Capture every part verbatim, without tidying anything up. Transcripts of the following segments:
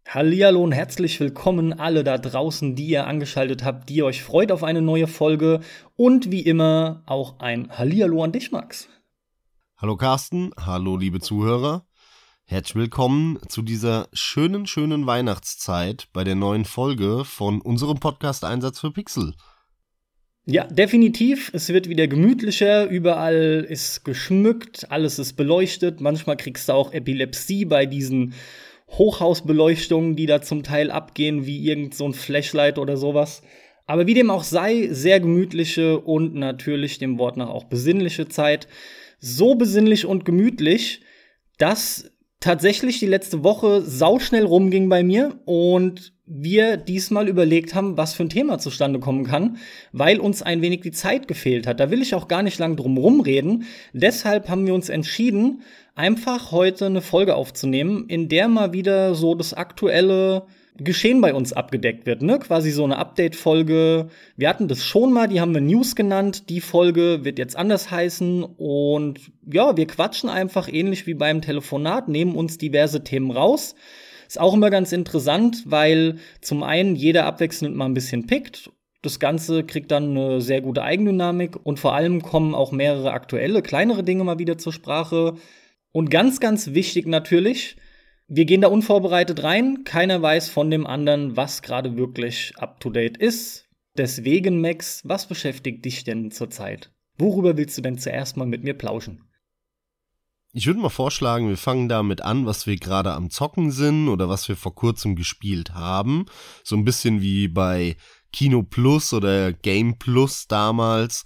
Hallihallo und herzlich willkommen alle da draußen, die ihr angeschaltet habt, die ihr euch freut auf eine neue Folge und wie immer auch ein Hallihallo an dich, Max. Hallo Carsten, hallo liebe Zuhörer, herzlich willkommen zu dieser schönen, schönen Weihnachtszeit bei der neuen Folge von unserem Podcast Einsatz für Pixel. Ja, definitiv, es wird wieder gemütlicher, überall ist geschmückt, alles ist beleuchtet, manchmal kriegst du auch Epilepsie bei diesen Hochhausbeleuchtungen, die da zum Teil abgehen, wie irgend so ein Flashlight oder sowas. Aber wie dem auch sei, sehr gemütliche und natürlich dem Wort nach auch besinnliche Zeit. So besinnlich und gemütlich, dass tatsächlich die letzte Woche sauschnell rumging bei mir und wir diesmal überlegt haben, was für ein Thema zustande kommen kann, weil uns ein wenig die Zeit gefehlt hat. Da will ich auch gar nicht lang drum rumreden. Deshalb haben wir uns entschieden, einfach heute eine Folge aufzunehmen, in der mal wieder so das aktuelle Geschehen bei uns abgedeckt wird, ne? Quasi so eine Update-Folge. Wir hatten das schon mal, die haben wir News genannt. Die Folge wird jetzt anders heißen. Und ja, wir quatschen einfach ähnlich wie beim Telefonat, nehmen uns diverse Themen raus. Ist auch immer ganz interessant, weil zum einen jeder abwechselnd mal ein bisschen pickt. Das Ganze kriegt dann eine sehr gute Eigendynamik. Und vor allem kommen auch mehrere aktuelle, kleinere Dinge mal wieder zur Sprache. Und ganz, ganz wichtig natürlich, wir gehen da unvorbereitet rein. Keiner weiß von dem anderen, was gerade wirklich up-to-date ist. Deswegen, Max, was beschäftigt dich denn zurzeit? Worüber willst du denn zuerst mal mit mir plauschen? Ich würde mal vorschlagen, wir fangen damit an, was wir gerade am Zocken sind oder was wir vor kurzem gespielt haben. So ein bisschen wie bei Kino Plus oder Game Plus damals.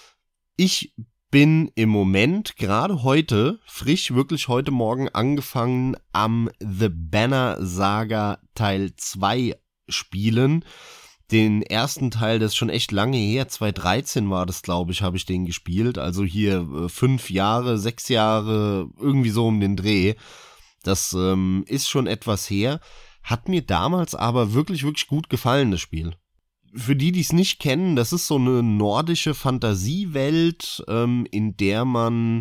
Ich bin im Moment, gerade heute, frisch, wirklich heute Morgen angefangen am The Banner Saga Teil zwei spielen. Den ersten Teil, das ist schon echt lange her, zwanzig dreizehn war das, glaube ich, habe ich den gespielt. Also hier äh, fünf Jahre, sechs Jahre, irgendwie so um den Dreh. Das ähm, ist schon etwas her. Hat mir damals aber wirklich, wirklich gut gefallen, das Spiel. Für die, die es nicht kennen, das ist so eine nordische Fantasiewelt, ähm, in der man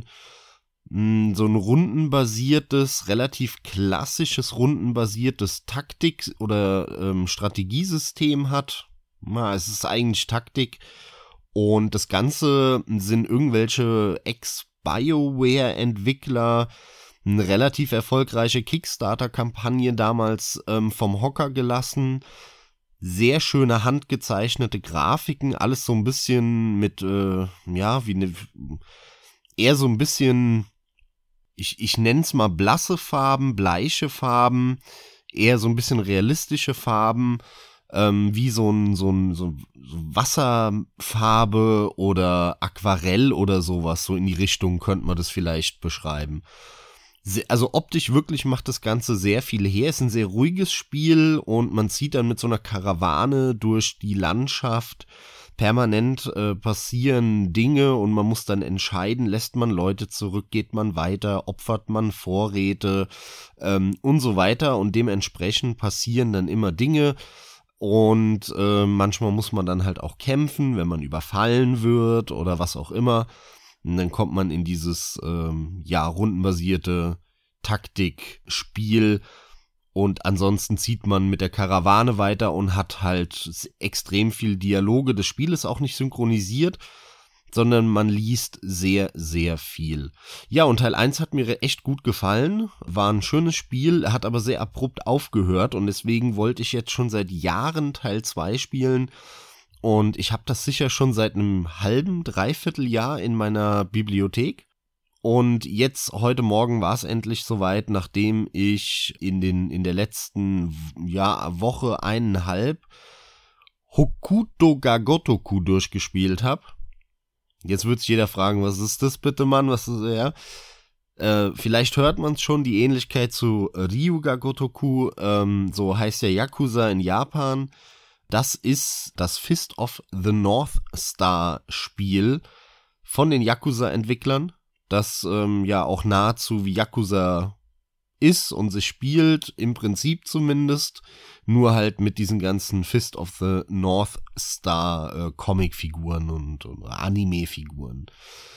mh, so ein rundenbasiertes, relativ klassisches rundenbasiertes Taktik- oder ähm, Strategiesystem hat. Na, es ist eigentlich Taktik. Und das Ganze sind irgendwelche Ex-BioWare-Entwickler, eine relativ erfolgreiche Kickstarter-Kampagne damals ähm, vom Hocker gelassen. Sehr schöne handgezeichnete Grafiken, alles so ein bisschen mit, äh, ja, wie eine, eher so ein bisschen, ich, ich nenne es mal blasse Farben, bleiche Farben, eher so ein bisschen realistische Farben, ähm, wie so ein, so ein, so Wasserfarbe oder Aquarell oder sowas, so in die Richtung könnte man das vielleicht beschreiben. Also optisch wirklich macht das Ganze sehr viel her. Es ist ein sehr ruhiges Spiel und man zieht dann mit so einer Karawane durch die Landschaft. Permanent äh, passieren Dinge und man muss dann entscheiden, lässt man Leute zurück, geht man weiter, opfert man Vorräte ähm, und so weiter. Und dementsprechend passieren dann immer Dinge. Und äh, manchmal muss man dann halt auch kämpfen, wenn man überfallen wird oder was auch immer. Und dann kommt man in dieses, ähm, ja, rundenbasierte Taktikspiel und ansonsten zieht man mit der Karawane weiter und hat halt extrem viel Dialoge. Das Spiel ist auch nicht synchronisiert, sondern man liest sehr, sehr viel. Ja, und Teil eins hat mir echt gut gefallen, war ein schönes Spiel, hat aber sehr abrupt aufgehört und deswegen wollte ich jetzt schon seit Jahren Teil zwei spielen. Und ich habe das sicher schon seit einem halben, dreiviertel Jahr in meiner Bibliothek. Und jetzt, heute Morgen war es endlich soweit, nachdem ich in den in der letzten ja, Woche, eineinhalb, Hokuto ga Gotoku durchgespielt habe. Jetzt wird sich jeder fragen, was ist das bitte, Mann? Was ist ja? Äh, vielleicht hört man es schon, die Ähnlichkeit zu Ryuga Gotoku, ähm, so heißt ja Yakuza in Japan. Das ist das Fist of the North Star Spiel von den Yakuza-Entwicklern, das ähm, ja auch nahezu wie Yakuza ist und sich spielt, im Prinzip zumindest, nur halt mit diesen ganzen Fist of the North Star äh, Comicfiguren und, und Anime-Figuren.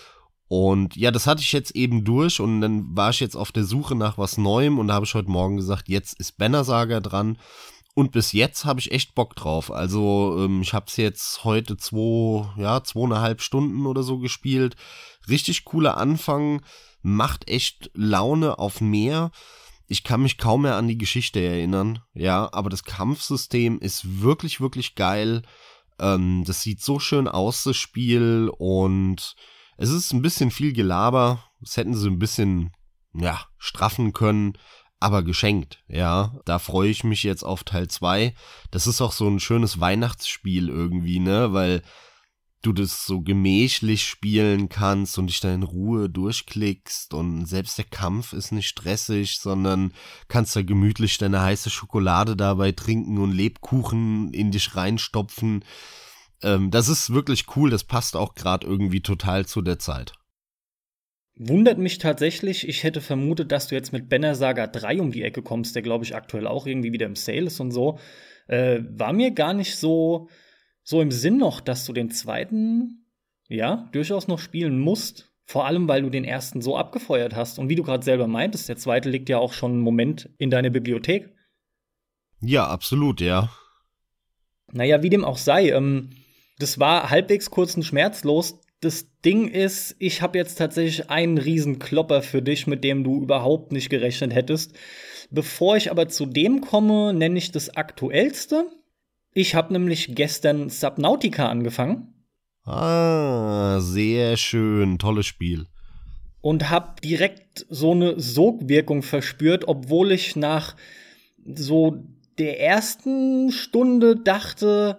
Und ja, das hatte ich jetzt eben durch und dann war ich jetzt auf der Suche nach was Neuem und da habe ich heute Morgen gesagt, jetzt ist Banner Saga dran. Und bis jetzt habe ich echt Bock drauf. Also ähm, ich habe es jetzt heute zwei, ja, zweieinhalb Stunden oder so gespielt. Richtig cooler Anfang, macht echt Laune auf mehr. Ich kann mich kaum mehr an die Geschichte erinnern, ja, aber das Kampfsystem ist wirklich, wirklich geil. Ähm, das sieht so schön aus, das Spiel, und es ist ein bisschen viel Gelaber. Das hätten sie ein bisschen, ja, straffen können. Aber geschenkt, ja, da freue ich mich jetzt auf Teil zwei. Das ist auch so ein schönes Weihnachtsspiel irgendwie, ne, weil du das so gemächlich spielen kannst und dich da in Ruhe durchklickst und selbst der Kampf ist nicht stressig, sondern kannst da gemütlich deine heiße Schokolade dabei trinken und Lebkuchen in dich reinstopfen. Ähm, das ist wirklich cool, das passt auch gerade irgendwie total zu der Zeit. Wundert mich tatsächlich, ich hätte vermutet, dass du jetzt mit Banner Saga drei um die Ecke kommst, der glaube ich aktuell auch irgendwie wieder im Sale ist und so. Äh, war mir gar nicht so, so im Sinn noch, dass du den zweiten, ja, durchaus noch spielen musst. Vor allem, weil du den ersten so abgefeuert hast. Und wie du gerade selber meintest, der zweite liegt ja auch schon einen Moment in deiner Bibliothek. Ja, absolut, ja. Naja, wie dem auch sei, ähm, das war halbwegs kurz und schmerzlos. Das Ding ist, ich habe jetzt tatsächlich einen riesen Klopper für dich, mit dem du überhaupt nicht gerechnet hättest. Bevor ich aber zu dem komme, nenne ich das Aktuellste. Ich habe nämlich gestern Subnautica angefangen. Ah, sehr schön, tolles Spiel. Und habe direkt so eine Sogwirkung verspürt, obwohl ich nach so der ersten Stunde dachte,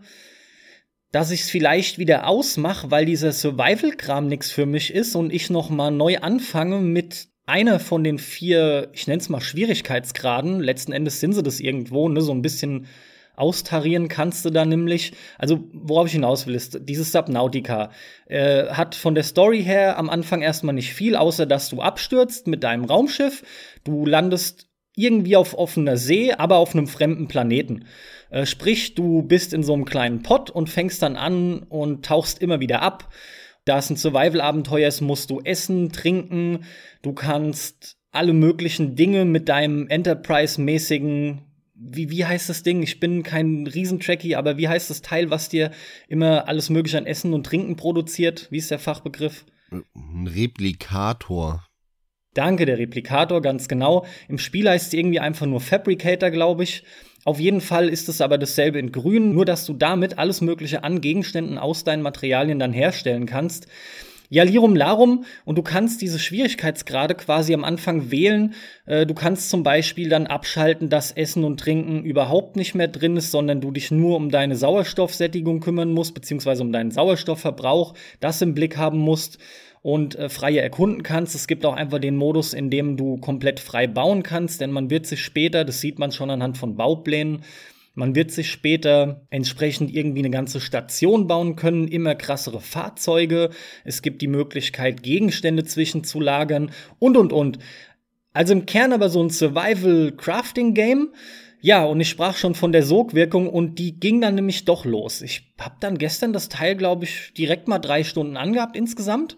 dass ich es vielleicht wieder ausmache, weil dieser Survival-Kram nix für mich ist und ich noch mal neu anfange mit einer von den vier, ich nenne es mal Schwierigkeitsgraden. Letzten Endes sind sie das irgendwo, ne, so ein bisschen austarieren kannst du da nämlich. Also, worauf ich hinaus will, ist, dieses Subnautica äh, hat von der Story her am Anfang erstmal nicht viel, außer dass du abstürzt mit deinem Raumschiff. Du landest irgendwie auf offener See, aber auf einem fremden Planeten. Äh, sprich, du bist in so einem kleinen Pott und fängst dann an und tauchst immer wieder ab. Da es ein Survival-Abenteuer ist, musst du essen, trinken. Du kannst alle möglichen Dinge mit deinem Enterprise-mäßigen, wie, wie heißt das Ding? Ich bin kein Riesentrekkie, aber wie heißt das Teil, was dir immer alles mögliche an Essen und Trinken produziert? Wie ist der Fachbegriff? Ein Replikator. Danke, der Replikator, ganz genau. Im Spiel heißt es irgendwie einfach nur Fabricator, glaube ich. Auf jeden Fall ist es aber dasselbe in Grün, nur dass du damit alles Mögliche an Gegenständen aus deinen Materialien dann herstellen kannst. Ja, Lirum Larum, und du kannst diese Schwierigkeitsgrade quasi am Anfang wählen. Äh, du kannst zum Beispiel dann abschalten, dass Essen und Trinken überhaupt nicht mehr drin ist, sondern du dich nur um deine Sauerstoffsättigung kümmern musst, beziehungsweise um deinen Sauerstoffverbrauch, das im Blick haben musst und äh, freier erkunden kannst. Es gibt auch einfach den Modus, in dem du komplett frei bauen kannst, denn man wird sich später, das sieht man schon anhand von Bauplänen, man wird sich später entsprechend irgendwie eine ganze Station bauen können, immer krassere Fahrzeuge. Es gibt die Möglichkeit, Gegenstände zwischenzulagern und, und, und. Also im Kern aber so ein Survival-Crafting-Game. Ja, und ich sprach schon von der Sogwirkung und die ging dann nämlich doch los. Ich hab dann gestern das Teil, glaube ich, direkt mal drei Stunden angehabt insgesamt.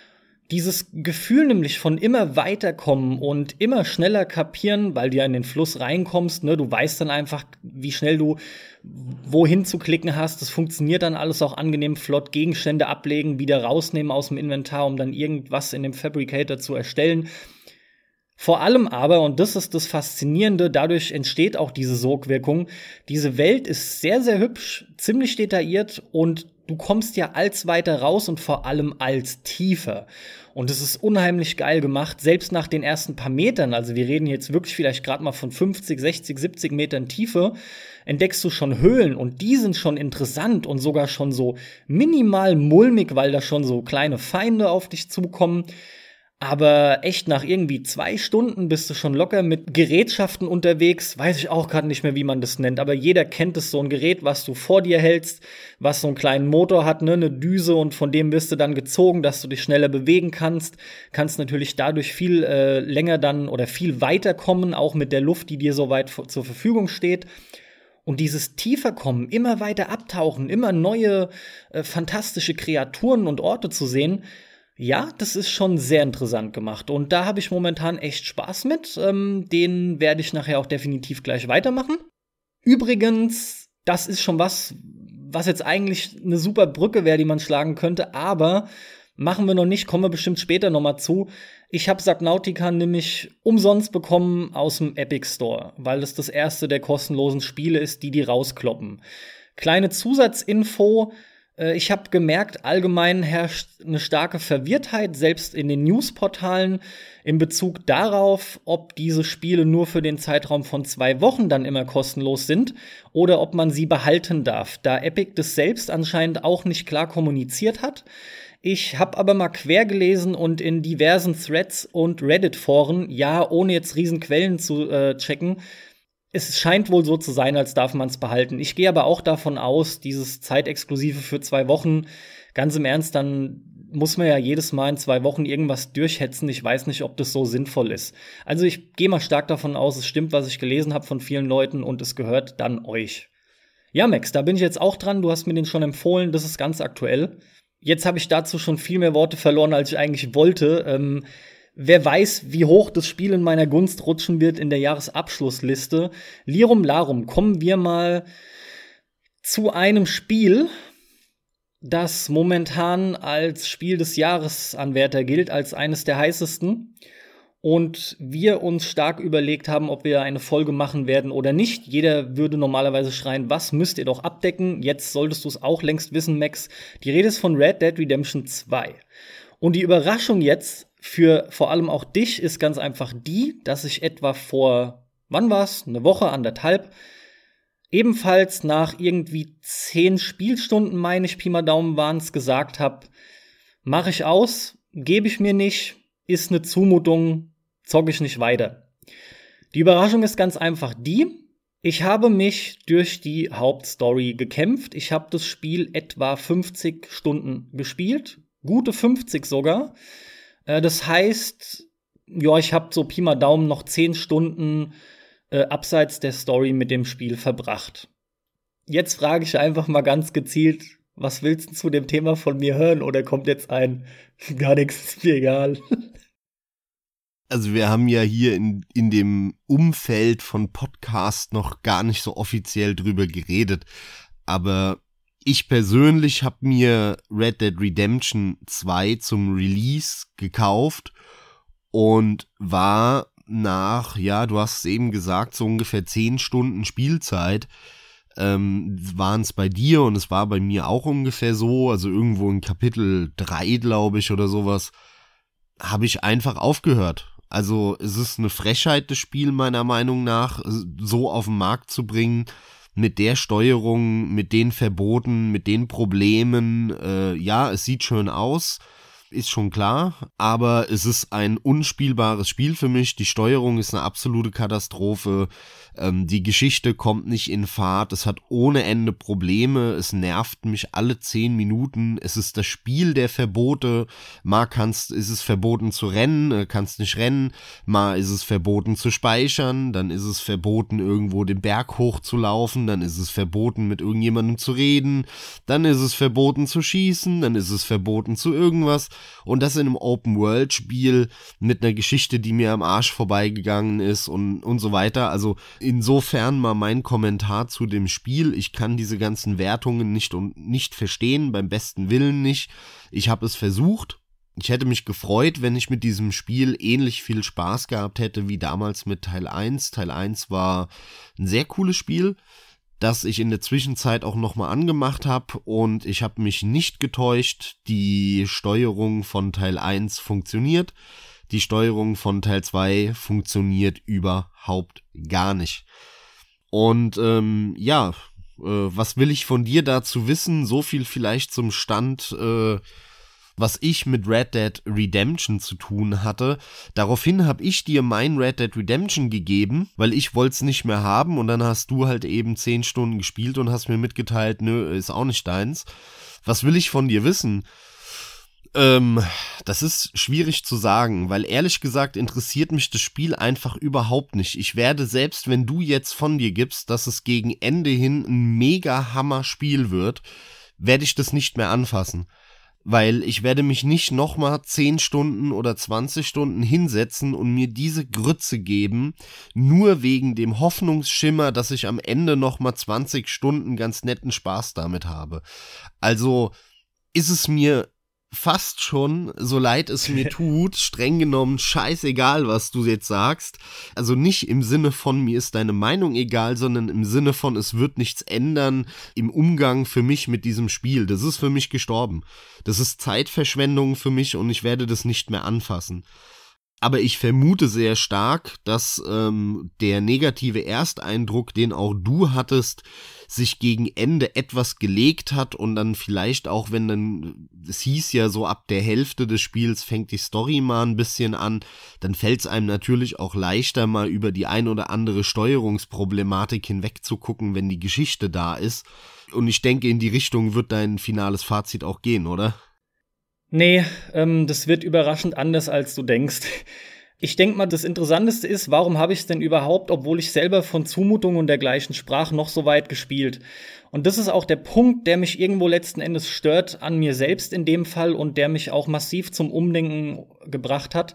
Dieses Gefühl nämlich von immer weiterkommen und immer schneller kapieren, weil du ja in den Fluss reinkommst, ne, du weißt dann einfach, wie schnell du wohin zu klicken hast. Das funktioniert dann alles auch angenehm flott. Gegenstände ablegen, wieder rausnehmen aus dem Inventar, um dann irgendwas in dem Fabricator zu erstellen. Vor allem aber, und das ist das Faszinierende, dadurch entsteht auch diese Sogwirkung. Diese Welt ist sehr, sehr hübsch, ziemlich detailliert und du kommst ja als weiter raus und vor allem als tiefer. Und es ist unheimlich geil gemacht, selbst nach den ersten paar Metern, also wir reden jetzt wirklich vielleicht gerade mal von fünfzig, sechzig, siebzig Metern Tiefe, entdeckst du schon Höhlen und die sind schon interessant und sogar schon so minimal mulmig, weil da schon so kleine Feinde auf dich zukommen. Aber echt nach irgendwie zwei Stunden bist du schon locker mit Gerätschaften unterwegs. Weiß ich auch gerade nicht mehr, wie man das nennt. Aber jeder kennt es, so ein Gerät, was du vor dir hältst, was so einen kleinen Motor hat, ne, eine Düse. Und von dem wirst du dann gezogen, dass du dich schneller bewegen kannst. Kannst natürlich dadurch viel äh, länger dann oder viel weiter kommen, auch mit der Luft, die dir so weit f- zur Verfügung steht. Und dieses Tieferkommen, immer weiter abtauchen, immer neue, äh, fantastische Kreaturen und Orte zu sehen, Ja, das ist schon sehr interessant gemacht und da habe ich momentan echt Spaß mit. Ähm, den werde ich nachher auch definitiv gleich weitermachen. Übrigens, das ist schon was, was jetzt eigentlich eine super Brücke wäre, die man schlagen könnte, aber machen wir noch nicht, kommen wir bestimmt später noch mal zu. Ich habe Subnautica nämlich umsonst bekommen aus dem Epic Store, weil es das erste der kostenlosen Spiele ist, die die rauskloppen. Kleine Zusatzinfo: Ich habe gemerkt, allgemein herrscht eine starke Verwirrtheit, selbst in den Newsportalen, in Bezug darauf, ob diese Spiele nur für den Zeitraum von zwei Wochen dann immer kostenlos sind oder ob man sie behalten darf, da Epic das selbst anscheinend auch nicht klar kommuniziert hat. Ich habe aber mal quer gelesen und in diversen Threads und Reddit-Foren, ja, ohne jetzt riesen Quellen zu äh, checken, es scheint wohl so zu sein, als darf man es behalten. Ich gehe aber auch davon aus, dieses Zeitexklusive für zwei Wochen, ganz im Ernst, dann muss man ja jedes Mal in zwei Wochen irgendwas durchhetzen. Ich weiß nicht, ob das so sinnvoll ist. Also ich gehe mal stark davon aus, es stimmt, was ich gelesen habe von vielen Leuten und es gehört dann euch. Ja, Max, da bin ich jetzt auch dran. Du hast mir den schon empfohlen, das ist ganz aktuell. Jetzt habe ich dazu schon viel mehr Worte verloren, als ich eigentlich wollte. Ähm, Wer weiß, wie hoch das Spiel in meiner Gunst rutschen wird in der Jahresabschlussliste. Lirum Larum, kommen wir mal zu einem Spiel, das momentan als Spiel des Jahres Anwärter gilt, als eines der heißesten. Und wir uns stark überlegt haben, ob wir eine Folge machen werden oder nicht. Jeder würde normalerweise schreien, was müsst ihr doch abdecken? Jetzt solltest du es auch längst wissen, Max. Die Rede ist von Red Dead Redemption zwei. Und die Überraschung jetzt für vor allem auch dich ist ganz einfach die, dass ich etwa vor, wann war's? Eine Woche, anderthalb, ebenfalls nach irgendwie zehn Spielstunden, meine ich, Pi mal Daumen waren's, gesagt habe, mache ich aus, gebe ich mir nicht, ist eine Zumutung, zocke ich nicht weiter. Die Überraschung ist ganz einfach die, ich habe mich durch die Hauptstory gekämpft. Ich habe das Spiel etwa fünfzig Stunden gespielt, gute fünfzig sogar. Das heißt, ja, ich habe so Pi mal Daumen noch zehn Stunden äh, abseits der Story mit dem Spiel verbracht. Jetzt frage ich einfach mal ganz gezielt, was willst du zu dem Thema von mir hören? Oder kommt jetzt ein, gar nichts, ist mir egal. Also wir haben ja hier in, in dem Umfeld von Podcast noch gar nicht so offiziell drüber geredet, aber ich persönlich habe mir Red Dead Redemption zwei zum Release gekauft und war nach, ja, du hast es eben gesagt, so ungefähr zehn Stunden Spielzeit, ähm, waren es bei dir und es war bei mir auch ungefähr so, also irgendwo in Kapitel drei, glaube ich, oder sowas, habe ich einfach aufgehört. Also es ist eine Frechheit, das Spiel meiner Meinung nach so auf den Markt zu bringen, mit der Steuerung, mit den Verboten, mit den Problemen. Äh, ja, es sieht schön aus, ist schon klar, aber es ist ein unspielbares Spiel für mich. Die Steuerung ist eine absolute Katastrophe. Ähm, die Geschichte kommt nicht in Fahrt. Es hat ohne Ende Probleme. Es nervt mich alle zehn Minuten. Es ist das Spiel der Verbote. Mal kannst, ist es verboten zu rennen, kannst nicht rennen. Mal ist es verboten zu speichern. Dann ist es verboten, irgendwo den Berg hochzulaufen. Dann ist es verboten, mit irgendjemandem zu reden. Dann ist es verboten zu schießen. Dann ist es verboten zu irgendwas. Und das in einem Open-World-Spiel mit einer Geschichte, die mir am Arsch vorbeigegangen ist und, und so weiter. Also insofern mal mein Kommentar zu dem Spiel. Ich kann diese ganzen Wertungen nicht und nicht verstehen, beim besten Willen nicht. Ich habe es versucht. Ich hätte mich gefreut, wenn ich mit diesem Spiel ähnlich viel Spaß gehabt hätte wie damals mit Teil eins. Teil eins war ein sehr cooles Spiel, das ich in der Zwischenzeit auch nochmal angemacht habe und ich habe mich nicht getäuscht, die Steuerung von Teil eins funktioniert, die Steuerung von Teil zwei funktioniert überhaupt gar nicht. Und ähm, ja, äh, was will ich von dir dazu wissen? So viel vielleicht zum Stand, äh, was ich mit Red Dead Redemption zu tun hatte. Daraufhin habe ich dir mein Red Dead Redemption gegeben, weil ich wollte es nicht mehr haben und dann hast du halt eben zehn Stunden gespielt und hast mir mitgeteilt, nö, ist auch nicht deins. Was will ich von dir wissen? Ähm, das ist schwierig zu sagen, weil ehrlich gesagt interessiert mich das Spiel einfach überhaupt nicht. Ich werde, selbst wenn du jetzt von dir gibst, dass es gegen Ende hin ein mega Hammer-Spiel wird, werde ich das nicht mehr anfassen. Weil ich werde mich nicht nochmal zehn Stunden oder zwanzig Stunden hinsetzen und mir diese Grütze geben, nur wegen dem Hoffnungsschimmer, dass ich am Ende nochmal zwanzig Stunden ganz netten Spaß damit habe. Also ist es mir fast schon, so leid es mir tut, streng genommen scheißegal, was du jetzt sagst. Also nicht im Sinne von, mir ist deine Meinung egal, sondern im Sinne von, es wird nichts ändern im Umgang für mich mit diesem Spiel. Das ist für mich gestorben. Das ist Zeitverschwendung für mich und ich werde das nicht mehr anfassen. Aber ich vermute sehr stark, dass ähm, der negative Ersteindruck, den auch du hattest, sich gegen Ende etwas gelegt hat und dann vielleicht auch, wenn dann, es hieß ja so, ab der Hälfte des Spiels fängt die Story mal ein bisschen an, dann fällt es einem natürlich auch leichter, mal über die ein oder andere Steuerungsproblematik hinwegzugucken, wenn die Geschichte da ist. Und ich denke, in die Richtung wird dein finales Fazit auch gehen, oder? Nee, ähm, das wird überraschend anders, als du denkst. Ich denke mal, das Interessanteste ist, warum habe ich es denn überhaupt, obwohl ich selber von Zumutungen und dergleichen sprach, noch so weit gespielt? Und das ist auch der Punkt, der mich irgendwo letzten Endes stört, an mir selbst in dem Fall, und der mich auch massiv zum Umdenken gebracht hat.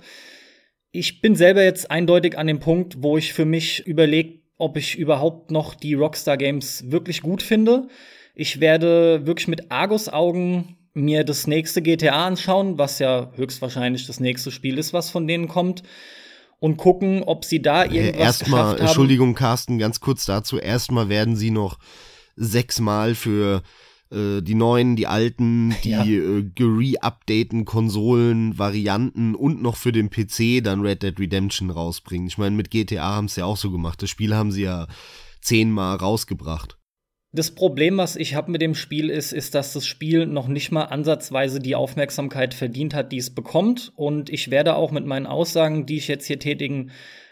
Ich bin selber jetzt eindeutig an dem Punkt, wo ich für mich überlege, ob ich überhaupt noch die Rockstar Games wirklich gut finde. Ich werde wirklich mit Argusaugen mir das nächste G T A anschauen, was ja höchstwahrscheinlich das nächste Spiel ist, was von denen kommt, und gucken, ob sie da irgendwas Erstmal, geschafft haben. Entschuldigung, Carsten, ganz kurz dazu. Erstmal werden sie noch sechsmal für äh, die neuen, die alten, die ja. äh, gere-updaten Konsolen, Varianten und noch für den P C dann Red Dead Redemption rausbringen. Ich meine, mit G T A haben sie ja auch so gemacht. Das Spiel haben sie ja zehnmal rausgebracht. Das Problem, was ich habe mit dem Spiel, ist, ist, dass das Spiel noch nicht mal ansatzweise die Aufmerksamkeit verdient hat, die es bekommt. Und ich werde auch mit meinen Aussagen, die ich jetzt hier tätigen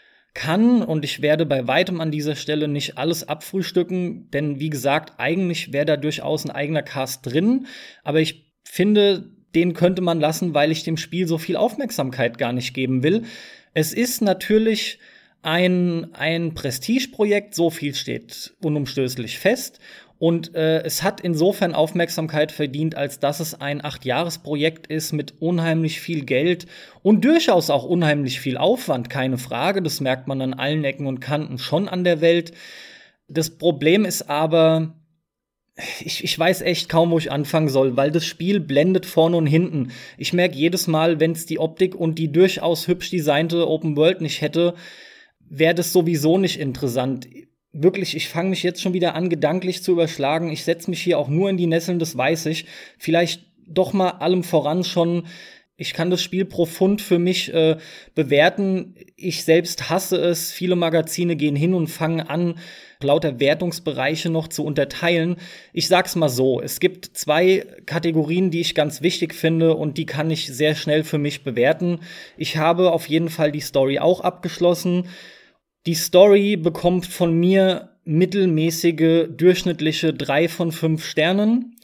kann, und ich werde bei weitem an dieser Stelle nicht alles abfrühstücken, denn wie gesagt, eigentlich wäre da durchaus ein eigener Cast drin. Aber ich finde, den könnte man lassen, weil ich dem Spiel so viel Aufmerksamkeit gar nicht geben will. Es ist natürlich Ein, ein Prestigeprojekt, so viel steht unumstößlich fest. Und äh, es hat insofern Aufmerksamkeit verdient, als dass es ein Acht-Jahres-Projekt ist mit unheimlich viel Geld und durchaus auch unheimlich viel Aufwand, keine Frage. Das merkt man an allen Ecken und Kanten schon an der Welt. Das Problem ist aber, Ich, ich weiß echt kaum, wo ich anfangen soll, weil das Spiel blendet vorne und hinten. Ich merke jedes Mal, wenn es die Optik und die durchaus hübsch designte Open World nicht hätte, wäre das sowieso nicht interessant. Wirklich, ich fange mich jetzt schon wieder an, gedanklich zu überschlagen. Ich setze mich hier auch nur in die Nesseln, das weiß ich. Vielleicht doch mal allem voran schon, ich kann das Spiel profund für mich äh, bewerten. Ich selbst hasse es. Viele Magazine gehen hin und fangen an, lauter Wertungsbereiche noch zu unterteilen. Ich sag's mal so, es gibt zwei Kategorien, die ich ganz wichtig finde, und die kann ich sehr schnell für mich bewerten. Ich habe auf jeden Fall die Story auch abgeschlossen. Die Story bekommt von mir mittelmäßige, durchschnittliche drei von fünf Sternen.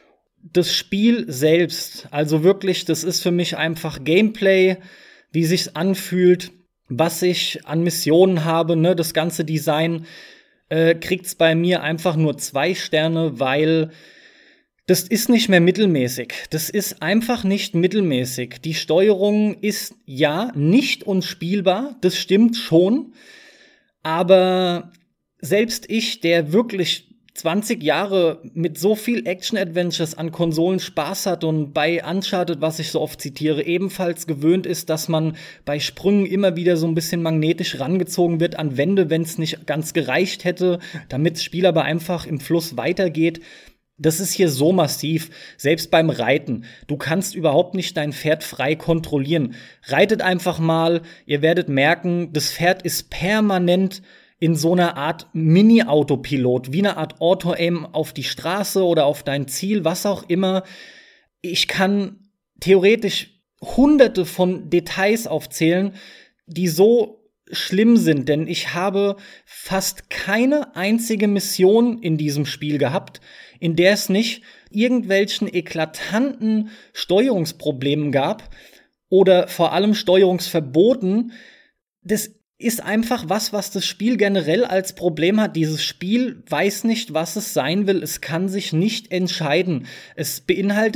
Das Spiel selbst, also wirklich, das ist für mich einfach Gameplay, wie sich's anfühlt, was ich an Missionen habe, ne, das ganze Design, äh, kriegt's bei mir einfach nur zwei Sterne, weil das ist nicht mehr mittelmäßig. Das ist einfach nicht mittelmäßig. Die Steuerung ist, ja, nicht unspielbar, das stimmt schon, aber selbst ich, der wirklich zwanzig Jahre mit so viel Action-Adventures an Konsolen Spaß hat und bei Uncharted, was ich so oft zitiere, ebenfalls gewöhnt ist, dass man bei Sprüngen immer wieder so ein bisschen magnetisch rangezogen wird an Wände, wenn es nicht ganz gereicht hätte, damit das Spiel aber einfach im Fluss weitergeht. Das ist hier so massiv, selbst beim Reiten. Du kannst überhaupt nicht dein Pferd frei kontrollieren. Reitet einfach mal, ihr werdet merken, das Pferd ist permanent in so einer Art Mini-Autopilot, wie eine Art Auto-Aim auf die Straße oder auf dein Ziel, was auch immer. Ich kann theoretisch hunderte von Details aufzählen, die so schlimm sind, denn ich habe fast keine einzige Mission in diesem Spiel gehabt, in der es nicht irgendwelchen eklatanten Steuerungsproblemen gab oder vor allem Steuerungsverboten. Das ist einfach was, was das Spiel generell als Problem hat. Dieses Spiel weiß nicht, was es sein will. Es kann sich nicht entscheiden. Es beinhaltet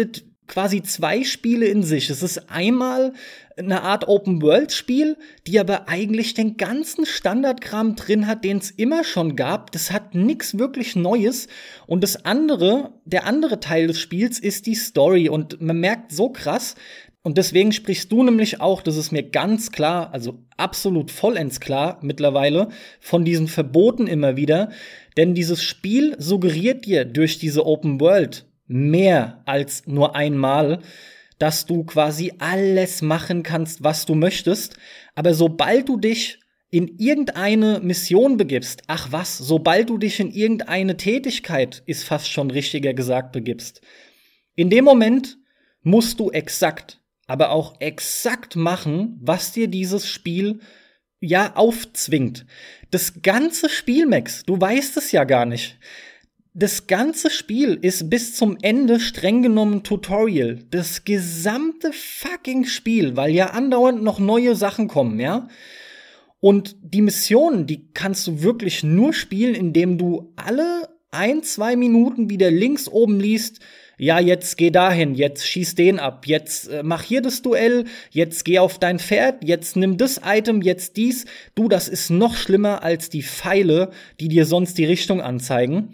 quasi zwei Spiele in sich. Es ist einmal eine Art Open-World-Spiel, die aber eigentlich den ganzen Standardkram drin hat, den es immer schon gab. Das hat nichts wirklich Neues. Und das andere, der andere Teil des Spiels ist die Story. Und man merkt so krass, und deswegen sprichst du nämlich auch, das ist mir ganz klar, also absolut vollends klar mittlerweile, von diesen Verboten immer wieder. Denn dieses Spiel suggeriert dir durch diese Open World mehr als nur einmal, dass du quasi alles machen kannst, was du möchtest. Aber sobald du dich in irgendeine Mission begibst, ach was, sobald du dich in irgendeine Tätigkeit, ist fast schon richtiger gesagt, begibst, in dem Moment musst du exakt, aber auch exakt machen, was dir dieses Spiel ja aufzwingt. Das ganze Spiel, Max, du weißt es ja gar nicht. Das ganze Spiel ist bis zum Ende streng genommen Tutorial. Das gesamte fucking Spiel, weil ja andauernd noch neue Sachen kommen, ja? Und die Missionen, die kannst du wirklich nur spielen, indem du alle ein, zwei Minuten wieder links oben liest, ja, jetzt geh dahin, jetzt schieß den ab, jetzt äh, mach hier das Duell, jetzt geh auf dein Pferd, jetzt nimm das Item, jetzt dies. Du, das ist noch schlimmer als die Pfeile, die dir sonst die Richtung anzeigen.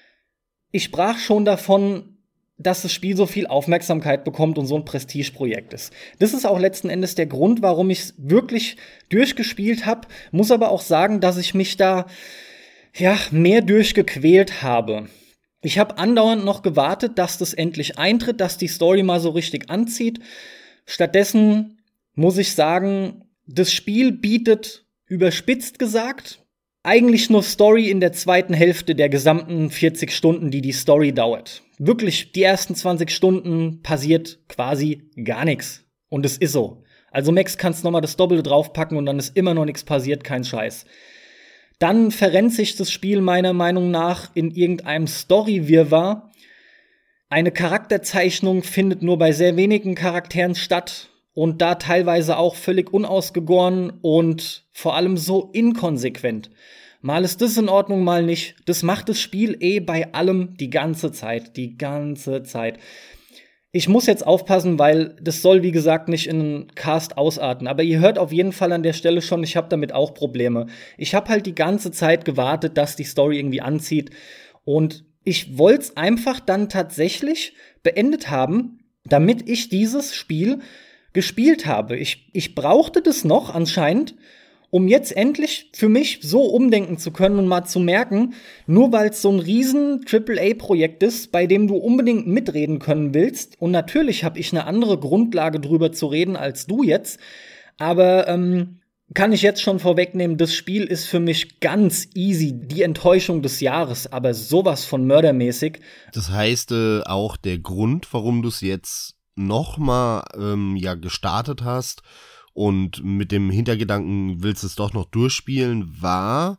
Ich sprach schon davon, dass das Spiel so viel Aufmerksamkeit bekommt und so ein Prestigeprojekt ist. Das ist auch letzten Endes der Grund, warum ich es wirklich durchgespielt habe. Muss aber auch sagen, dass ich mich da ja mehr durchgequält habe. Ich habe andauernd noch gewartet, dass das endlich eintritt, dass die Story mal so richtig anzieht. Stattdessen muss ich sagen, das Spiel bietet, überspitzt gesagt, eigentlich nur Story in der zweiten Hälfte der gesamten vierzig Stunden, die die Story dauert. Wirklich, die ersten zwanzig Stunden passiert quasi gar nichts. Und es ist so. Also Max, kannst noch mal das Doppelte draufpacken und dann ist immer noch nichts passiert, kein Scheiß. Dann verrennt sich das Spiel meiner Meinung nach in irgendeinem Story-Wirrwarr. Eine Charakterzeichnung findet nur bei sehr wenigen Charakteren statt. Und da teilweise auch völlig unausgegoren und vor allem so inkonsequent. Mal ist das in Ordnung, mal nicht. Das macht das Spiel eh bei allem die ganze Zeit. Die ganze Zeit. Ich muss jetzt aufpassen, weil das soll, wie gesagt, nicht in einen Cast ausarten. Aber ihr hört auf jeden Fall an der Stelle schon, ich habe damit auch Probleme. Ich habe halt die ganze Zeit gewartet, dass die Story irgendwie anzieht. Und ich wollte es einfach dann tatsächlich beendet haben, damit ich dieses Spiel gespielt habe. Ich, ich brauchte das noch anscheinend, um jetzt endlich für mich so umdenken zu können und mal zu merken, nur weil es so ein riesen Triple A Projekt ist, bei dem du unbedingt mitreden können willst, und natürlich habe ich eine andere Grundlage drüber zu reden als du jetzt, aber ähm, kann ich jetzt schon vorwegnehmen, das Spiel ist für mich ganz easy die Enttäuschung des Jahres, aber sowas von mördermäßig. Das heißt äh, auch der Grund, warum du es jetzt noch mal ähm, ja gestartet hast und mit dem Hintergedanken willst es doch noch durchspielen, war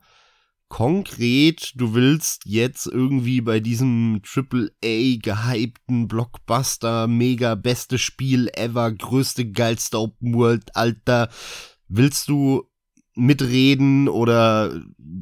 konkret, du willst jetzt irgendwie bei diesem Triple A gehypten Blockbuster, mega beste Spiel ever, größte, geilste Open World, Alter, willst du mitreden oder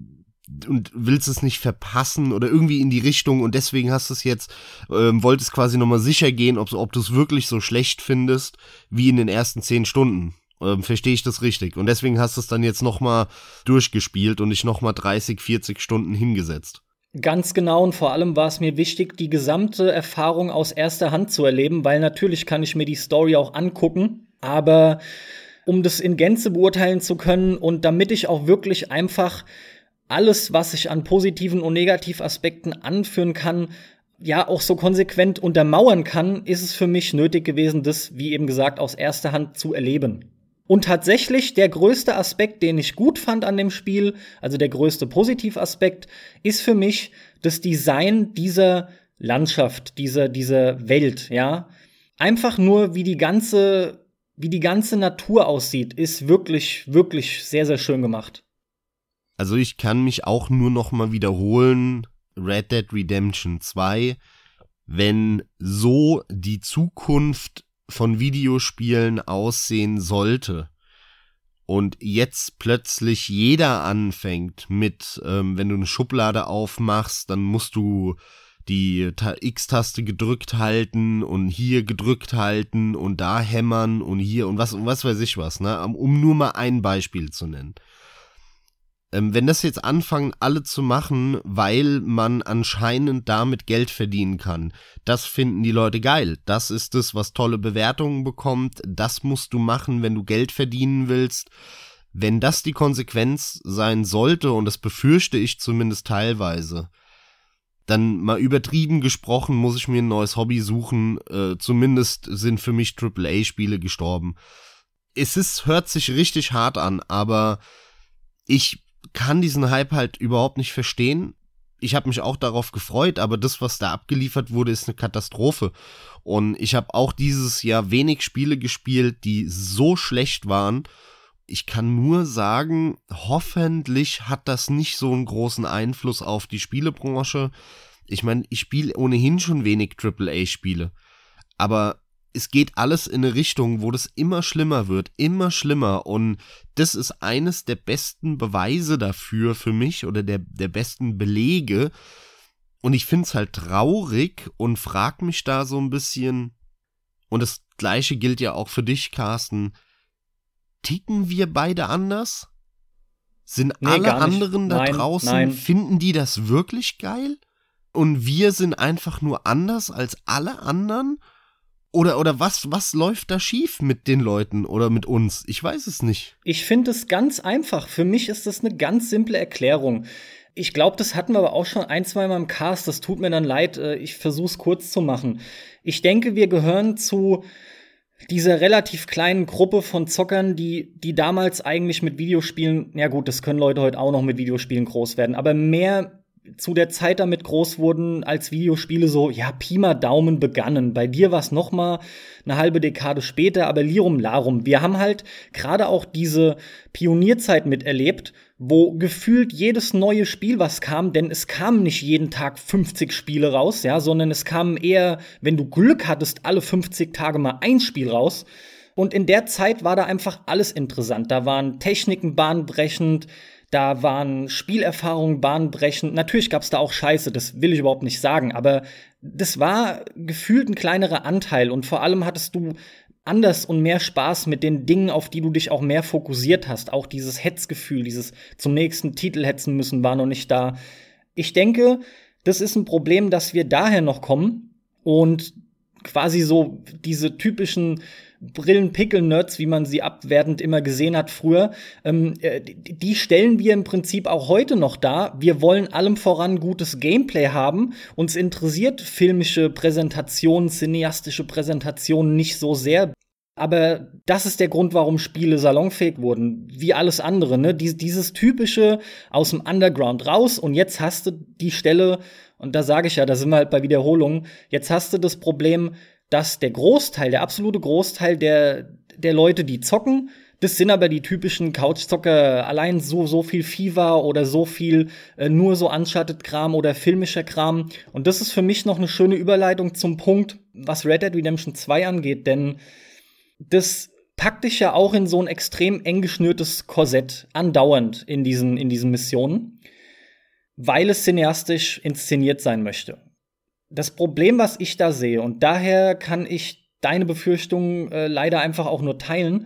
und willst es nicht verpassen oder irgendwie in die Richtung, und deswegen hast du es jetzt, ähm, wolltest quasi nochmal sicher gehen, ob, ob du es wirklich so schlecht findest, wie in den ersten zehn Stunden. Ähm, verstehe ich das richtig? Und deswegen hast du es dann jetzt nochmal durchgespielt und dich nochmal dreißig, vierzig Stunden hingesetzt. Ganz genau, und vor allem war es mir wichtig, die gesamte Erfahrung aus erster Hand zu erleben, weil natürlich kann ich mir die Story auch angucken, aber um das in Gänze beurteilen zu können und damit ich auch wirklich einfach alles, was ich an positiven und Negativaspekten anführen kann, ja auch so konsequent untermauern kann, ist es für mich nötig gewesen, das, wie eben gesagt, aus erster Hand zu erleben. Und tatsächlich der größte Aspekt, den ich gut fand an dem Spiel, also der größte Positivaspekt, ist für mich das Design dieser Landschaft, dieser, dieser Welt, ja. Einfach nur, wie die ganze, wie die ganze Natur aussieht, ist wirklich, wirklich sehr, sehr schön gemacht. Also ich kann mich auch nur noch mal wiederholen, Red Dead Redemption zwei, wenn so die Zukunft von Videospielen aussehen sollte und jetzt plötzlich jeder anfängt mit, ähm, wenn du eine Schublade aufmachst, dann musst du die Ta- X-Taste gedrückt halten und hier gedrückt halten und da hämmern und hier und was und was weiß ich was, ne? Um nur mal ein Beispiel zu nennen. Ähm, wenn das jetzt anfangen, alle zu machen, weil man anscheinend damit Geld verdienen kann, das finden die Leute geil. Das ist es, was tolle Bewertungen bekommt. Das musst du machen, wenn du Geld verdienen willst. Wenn das die Konsequenz sein sollte, und das befürchte ich zumindest teilweise, dann mal übertrieben gesprochen, muss ich mir ein neues Hobby suchen. Äh, zumindest sind für mich Triple A Spiele gestorben. Es ist, hört sich richtig hart an, aber ich kann diesen Hype halt überhaupt nicht verstehen. Ich habe mich auch darauf gefreut, aber das, was da abgeliefert wurde, ist eine Katastrophe. Und ich habe auch dieses Jahr wenig Spiele gespielt, die so schlecht waren. Ich kann nur sagen, hoffentlich hat das nicht so einen großen Einfluss auf die Spielebranche. Ich meine, ich spiele ohnehin schon wenig Triple A Spiele, aber es geht alles in eine Richtung, wo das immer schlimmer wird, immer schlimmer, und das ist eines der besten Beweise dafür für mich oder der, der besten Belege, und ich find's halt traurig und frag mich da so ein bisschen, und das Gleiche gilt ja auch für dich, Carsten, ticken wir beide anders? Sind Nee, alle gar nicht. anderen da Nein, draußen, nein. finden die das wirklich geil? Und wir sind einfach nur anders als alle anderen? Oder, oder was, was läuft da schief mit den Leuten oder mit uns? Ich weiß es nicht. Ich finde es ganz einfach. Für mich ist das eine ganz simple Erklärung. Ich glaube, das hatten wir aber auch schon ein, zwei Mal im Cast. Das tut mir dann leid. Ich versuche es kurz zu machen. Ich denke, wir gehören zu dieser relativ kleinen Gruppe von Zockern, die, die damals eigentlich mit Videospielen, ja gut, das können Leute heute auch noch mit Videospielen groß werden, aber mehr zu der Zeit damit groß wurden, als Videospiele so, ja, Pi mal Daumen begannen. Bei dir war es noch mal eine halbe Dekade später, aber Lirum Larum. Wir haben halt gerade auch diese Pionierzeit miterlebt, wo gefühlt jedes neue Spiel, was kam, denn es kamen nicht jeden Tag fünfzig Spiele raus, ja, sondern es kamen eher, wenn du Glück hattest, alle fünfzig Tage mal ein Spiel raus. Und in der Zeit war da einfach alles interessant. Da waren Techniken bahnbrechend, da waren Spielerfahrungen bahnbrechend. Natürlich gab es da auch Scheiße, das will ich überhaupt nicht sagen, aber das war gefühlt ein kleinerer Anteil, und vor allem hattest du anders und mehr Spaß mit den Dingen, auf die du dich auch mehr fokussiert hast. Auch dieses Hetzgefühl, dieses zum nächsten Titel hetzen müssen, war noch nicht da. Ich denke, das ist ein Problem, dass wir daher noch kommen und quasi so diese typischen Brillen-Pickel-Nerds, wie man sie abwertend immer gesehen hat früher, ähm, die, die stellen wir im Prinzip auch heute noch dar. Wir wollen allem voran gutes Gameplay haben. Uns interessiert filmische Präsentationen, cineastische Präsentationen nicht so sehr. Aber das ist der Grund, warum Spiele salonfähig wurden, wie alles andere, ne? Dies, dieses typische aus dem Underground raus, und jetzt hast du die Stelle, und da sage ich ja, da sind wir halt bei Wiederholungen, jetzt hast du das Problem, dass der Großteil, der absolute Großteil der, der Leute, die zocken, das sind aber die typischen Couchzocker, allein so, so viel FIFA oder so viel äh, nur so Uncharted-Kram oder filmischer Kram. Und das ist für mich noch eine schöne Überleitung zum Punkt, was Red Dead Redemption zwei angeht, denn das packt dich ja auch in so ein extrem eng geschnürtes Korsett, andauernd in diesen, in diesen Missionen, weil es cineastisch inszeniert sein möchte. Das Problem, was ich da sehe, und daher kann ich deine Befürchtungen äh, leider einfach auch nur teilen,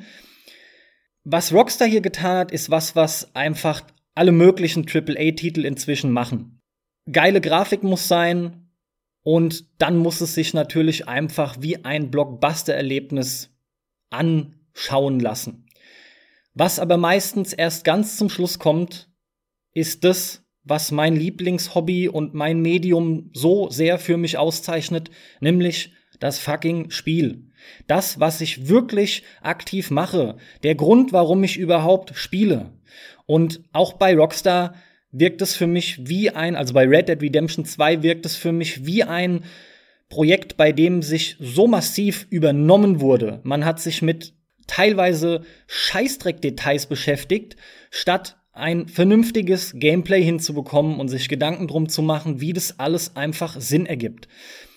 was Rockstar hier getan hat, ist was, was einfach alle möglichen Triple A Titel inzwischen machen. Geile Grafik muss sein, und dann muss es sich natürlich einfach wie ein Blockbuster-Erlebnis anschauen lassen. Was aber meistens erst ganz zum Schluss kommt, ist das, was mein Lieblingshobby und mein Medium so sehr für mich auszeichnet, nämlich das fucking Spiel. Das, was ich wirklich aktiv mache. Der Grund, warum ich überhaupt spiele. Und auch bei Rockstar wirkt es für mich wie ein, also bei Red Dead Redemption zwei wirkt es für mich wie ein Projekt, bei dem sich so massiv übernommen wurde. Man hat sich mit teilweise Scheißdreck-Details beschäftigt, statt ein vernünftiges Gameplay hinzubekommen und sich Gedanken drum zu machen, wie das alles einfach Sinn ergibt.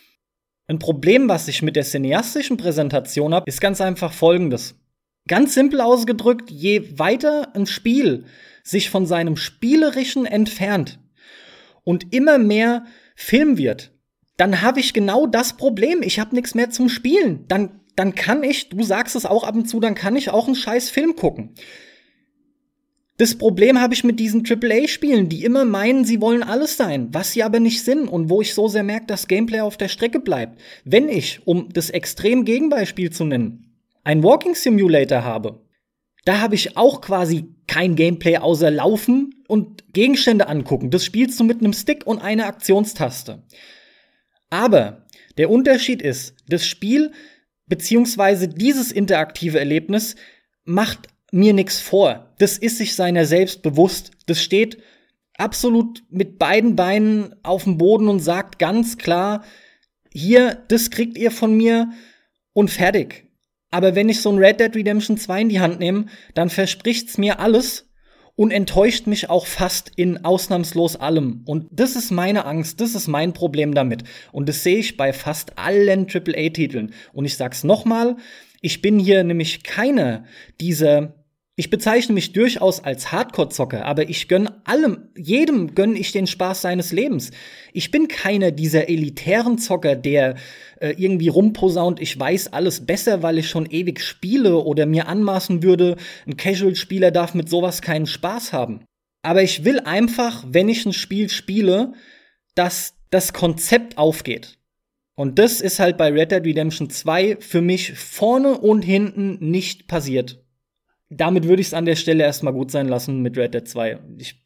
Ein Problem, was ich mit der cineastischen Präsentation habe, ist ganz einfach folgendes. Ganz simpel ausgedrückt, je weiter ein Spiel sich von seinem Spielerischen entfernt und immer mehr Film wird, dann habe ich genau das Problem. Ich habe nichts mehr zum Spielen. Dann, dann kann ich, du sagst es auch ab und zu, dann kann ich auch einen scheiß Film gucken. Das Problem habe ich mit diesen Triple A-Spielen, die immer meinen, sie wollen alles sein, was sie aber nicht sind und wo ich so sehr merke, dass Gameplay auf der Strecke bleibt. Wenn ich, um das extrem Gegenbeispiel zu nennen, ein Walking Simulator habe, da habe ich auch quasi kein Gameplay außer Laufen und Gegenstände angucken. Das spielst du mit einem Stick und einer Aktionstaste. Aber der Unterschied ist, das Spiel beziehungsweise dieses interaktive Erlebnis macht mir nichts vor. Das ist sich seiner selbst bewusst. Das steht absolut mit beiden Beinen auf dem Boden und sagt ganz klar, hier, das kriegt ihr von mir und fertig. Aber wenn ich so ein Red Dead Redemption zwei in die Hand nehme, dann verspricht's mir alles und enttäuscht mich auch fast in ausnahmslos allem. Und das ist meine Angst, das ist mein Problem damit. Und das sehe ich bei fast allen Triple A-Titeln. Und ich sag's nochmal, ich bin hier nämlich keiner dieser, ich bezeichne mich durchaus als Hardcore-Zocker, aber ich gönn allem, jedem gönn ich den Spaß seines Lebens. Ich bin keiner dieser elitären Zocker, der äh, irgendwie rumposaunt, ich weiß alles besser, weil ich schon ewig spiele oder mir anmaßen würde, ein Casual-Spieler darf mit sowas keinen Spaß haben. Aber ich will einfach, wenn ich ein Spiel spiele, dass das Konzept aufgeht. Und das ist halt bei Red Dead Redemption zwei für mich vorne und hinten nicht passiert. Damit würde ich es an der Stelle erstmal gut sein lassen mit Red Dead zwei. Ich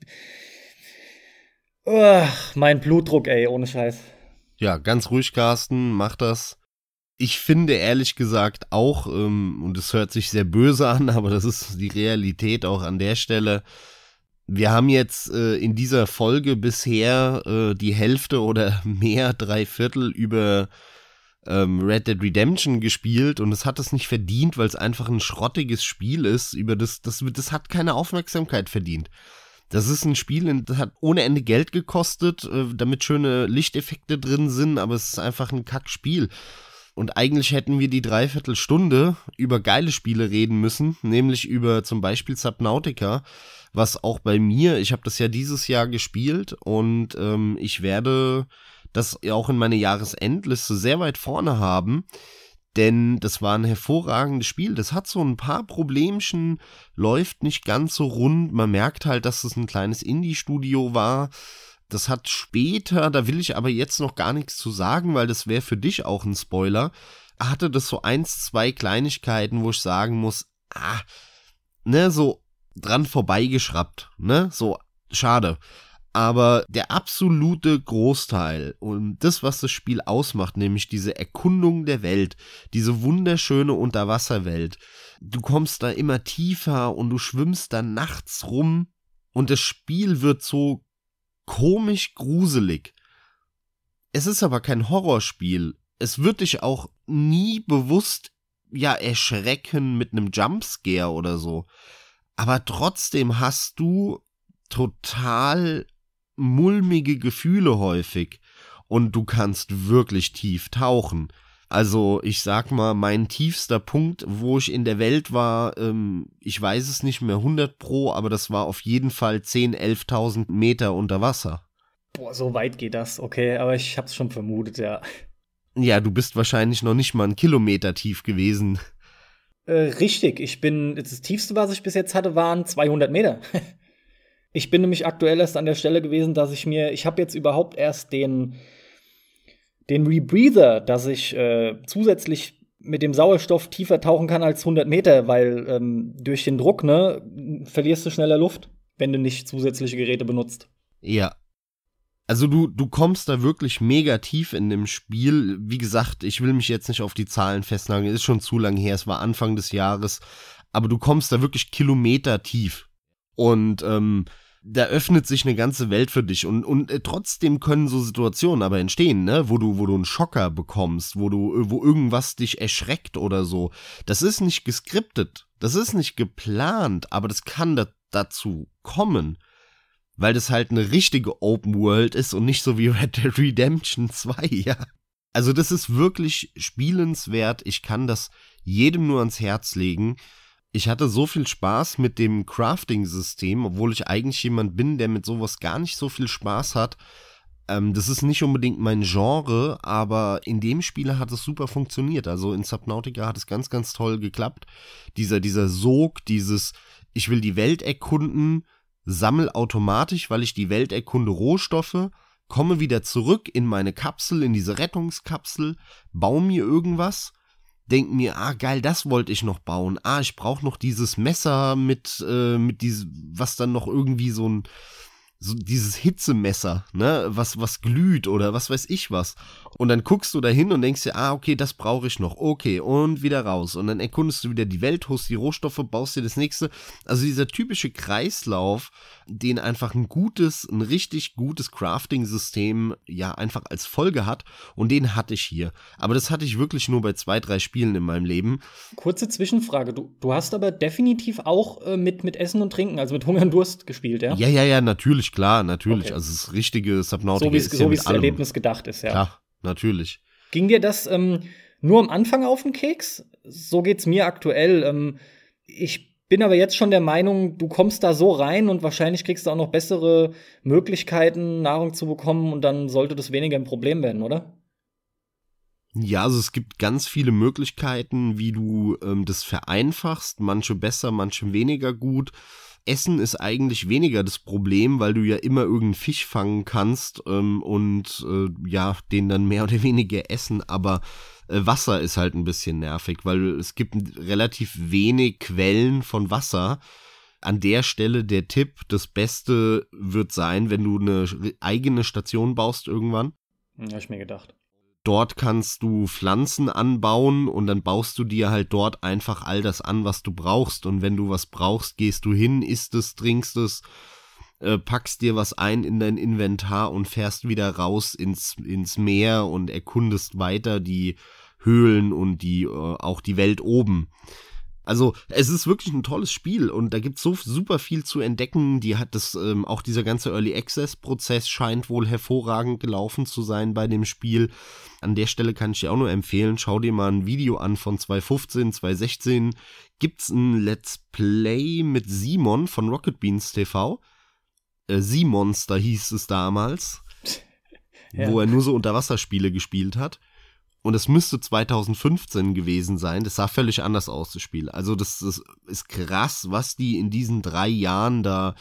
Ugh, mein Blutdruck, ey, ohne Scheiß. Ja, ganz ruhig, Carsten, mach das. Ich finde ehrlich gesagt auch, ähm, und es hört sich sehr böse an, aber das ist die Realität auch an der Stelle. Wir haben jetzt äh, in dieser Folge bisher äh, die Hälfte oder mehr, drei Viertel über ähm, Red Dead Redemption gespielt und es hat es nicht verdient, weil es einfach ein schrottiges Spiel ist, über das, das, das hat keine Aufmerksamkeit verdient. Das ist ein Spiel, das hat ohne Ende Geld gekostet, äh, damit schöne Lichteffekte drin sind, aber es ist einfach ein Kackspiel. Und eigentlich hätten wir die Dreiviertelstunde über geile Spiele reden müssen, nämlich über zum Beispiel Subnautica, was auch bei mir, ich habe das ja dieses Jahr gespielt und ähm, ich werde das auch in meine Jahresendliste sehr weit vorne haben, denn das war ein hervorragendes Spiel. Das hat so ein paar Problemchen, läuft nicht ganz so rund. Man merkt halt, dass es ein kleines Indie-Studio war. Das hat später, da will ich aber jetzt noch gar nichts zu sagen, weil das wäre für dich auch ein Spoiler, hatte das so eins, zwei Kleinigkeiten, wo ich sagen muss, ah, ne, so dran vorbeigeschraubt, ne, so schade. Aber der absolute Großteil und das, was das Spiel ausmacht, nämlich diese Erkundung der Welt, diese wunderschöne Unterwasserwelt, du kommst da immer tiefer und du schwimmst da nachts rum und das Spiel wird so komisch gruselig. Es ist aber kein Horrorspiel. Es wird dich auch nie bewusst, ja, erschrecken mit einem Jumpscare oder so. Aber trotzdem hast du total mulmige Gefühle häufig und du kannst wirklich tief tauchen. Also ich sag mal, mein tiefster Punkt, wo ich in der Welt war, ähm, ich weiß es nicht mehr hundert pro, aber das war auf jeden Fall zehntausend, elftausend Meter unter Wasser. Boah, so weit geht das, okay, aber ich hab's schon vermutet, ja. Ja, du bist wahrscheinlich noch nicht mal einen Kilometer tief gewesen. Äh, richtig, ich bin, das tiefste, was ich bis jetzt hatte, waren zweihundert Meter. Ich bin nämlich aktuell erst an der Stelle gewesen, dass ich mir, ich habe jetzt überhaupt erst den, den Rebreather, dass ich äh, zusätzlich mit dem Sauerstoff tiefer tauchen kann als hundert Meter, weil ähm, durch den Druck, ne, verlierst du schneller Luft, wenn du nicht zusätzliche Geräte benutzt. Ja. Also du, du kommst da wirklich mega tief in dem Spiel. Wie gesagt, ich will mich jetzt nicht auf die Zahlen festnageln, ist schon zu lange her, es war Anfang des Jahres, aber du kommst da wirklich Kilometer tief. Und ähm, da öffnet sich eine ganze Welt für dich und, und äh, trotzdem können so Situationen aber entstehen, ne, wo du, wo du einen Schocker bekommst, wo du, wo irgendwas dich erschreckt oder so. Das ist nicht geskriptet, das ist nicht geplant, aber das kann da, dazu kommen, weil das halt eine richtige Open World ist und nicht so wie Red Dead Redemption zwei, ja. Also das ist wirklich spielenswert, ich kann das jedem nur ans Herz legen. Ich hatte so viel Spaß mit dem Crafting-System, obwohl ich eigentlich jemand bin, der mit sowas gar nicht so viel Spaß hat. Ähm, das ist nicht unbedingt mein Genre, aber in dem Spiel hat es super funktioniert. Also in Subnautica hat es ganz, ganz toll geklappt. Dieser, dieser Sog, dieses, ich will die Welt erkunden, sammel automatisch, weil ich die Welt erkunde, Rohstoffe, komme wieder zurück in meine Kapsel, in diese Rettungskapsel, baue mir irgendwas, denk mir, ah geil, das wollte ich noch bauen. Ah, ich brauche noch dieses Messer mit, äh, mit diesem, was dann noch irgendwie so ein so dieses Hitzemesser, ne, was, was glüht oder was weiß ich was. Und dann guckst du da hin und denkst dir, ah, okay, das brauche ich noch, okay, und wieder raus. Und dann erkundest du wieder die Welt, holst die Rohstoffe, baust dir das nächste. Also dieser typische Kreislauf, den einfach ein gutes, ein richtig gutes Crafting-System ja einfach als Folge hat. Und den hatte ich hier. Aber das hatte ich wirklich nur bei zwei, drei Spielen in meinem Leben. Kurze Zwischenfrage, du, du hast aber definitiv auch äh, mit, mit Essen und Trinken, also mit Hunger und Durst gespielt, ja? Ja, ja, ja, natürlich. Klar, natürlich. Okay. Also das richtige Subnautica so, ist so ja wie mit das allem. Erlebnis gedacht ist, ja. Klar, natürlich. Ging dir das ähm, nur am Anfang auf den Keks? So geht's mir aktuell. Ähm, ich bin aber jetzt schon der Meinung, du kommst da so rein und wahrscheinlich kriegst du auch noch bessere Möglichkeiten, Nahrung zu bekommen und dann sollte das weniger ein Problem werden, oder? Ja, also es gibt ganz viele Möglichkeiten, wie du ähm, das vereinfachst. Manche besser, manche weniger gut. Essen ist eigentlich weniger das Problem, weil du ja immer irgendeinen Fisch fangen kannst ähm, und äh, ja, den dann mehr oder weniger essen, aber äh, Wasser ist halt ein bisschen nervig, weil es gibt relativ wenig Quellen von Wasser. An der Stelle der Tipp, das Beste wird sein, wenn du eine eigene Station baust irgendwann. Ja, hab ich mir gedacht. Dort kannst du Pflanzen anbauen und dann baust du dir halt dort einfach all das an, was du brauchst. Und wenn du was brauchst, gehst du hin, isst es, trinkst es, äh, packst dir was ein in dein Inventar und fährst wieder raus ins, ins Meer und erkundest weiter die Höhlen und die, äh, auch die Welt oben. Also es ist wirklich ein tolles Spiel und da gibt es so super viel zu entdecken. Die hat das, ähm, auch dieser ganze Early Access Prozess scheint wohl hervorragend gelaufen zu sein bei dem Spiel. An der Stelle kann ich dir auch nur empfehlen, schau dir mal ein Video an von zwanzig fünfzehn, zwanzig sechzehn. Gibt's ein Let's Play mit Simon von Rocket Beans T V. Äh, Simonster hieß es damals, ja. Wo er nur so Unterwasserspiele gespielt hat. Und es müsste zwanzig fünfzehn gewesen sein. Das sah völlig anders aus, das Spiel. Also das, das ist krass, was die in diesen drei Jahren da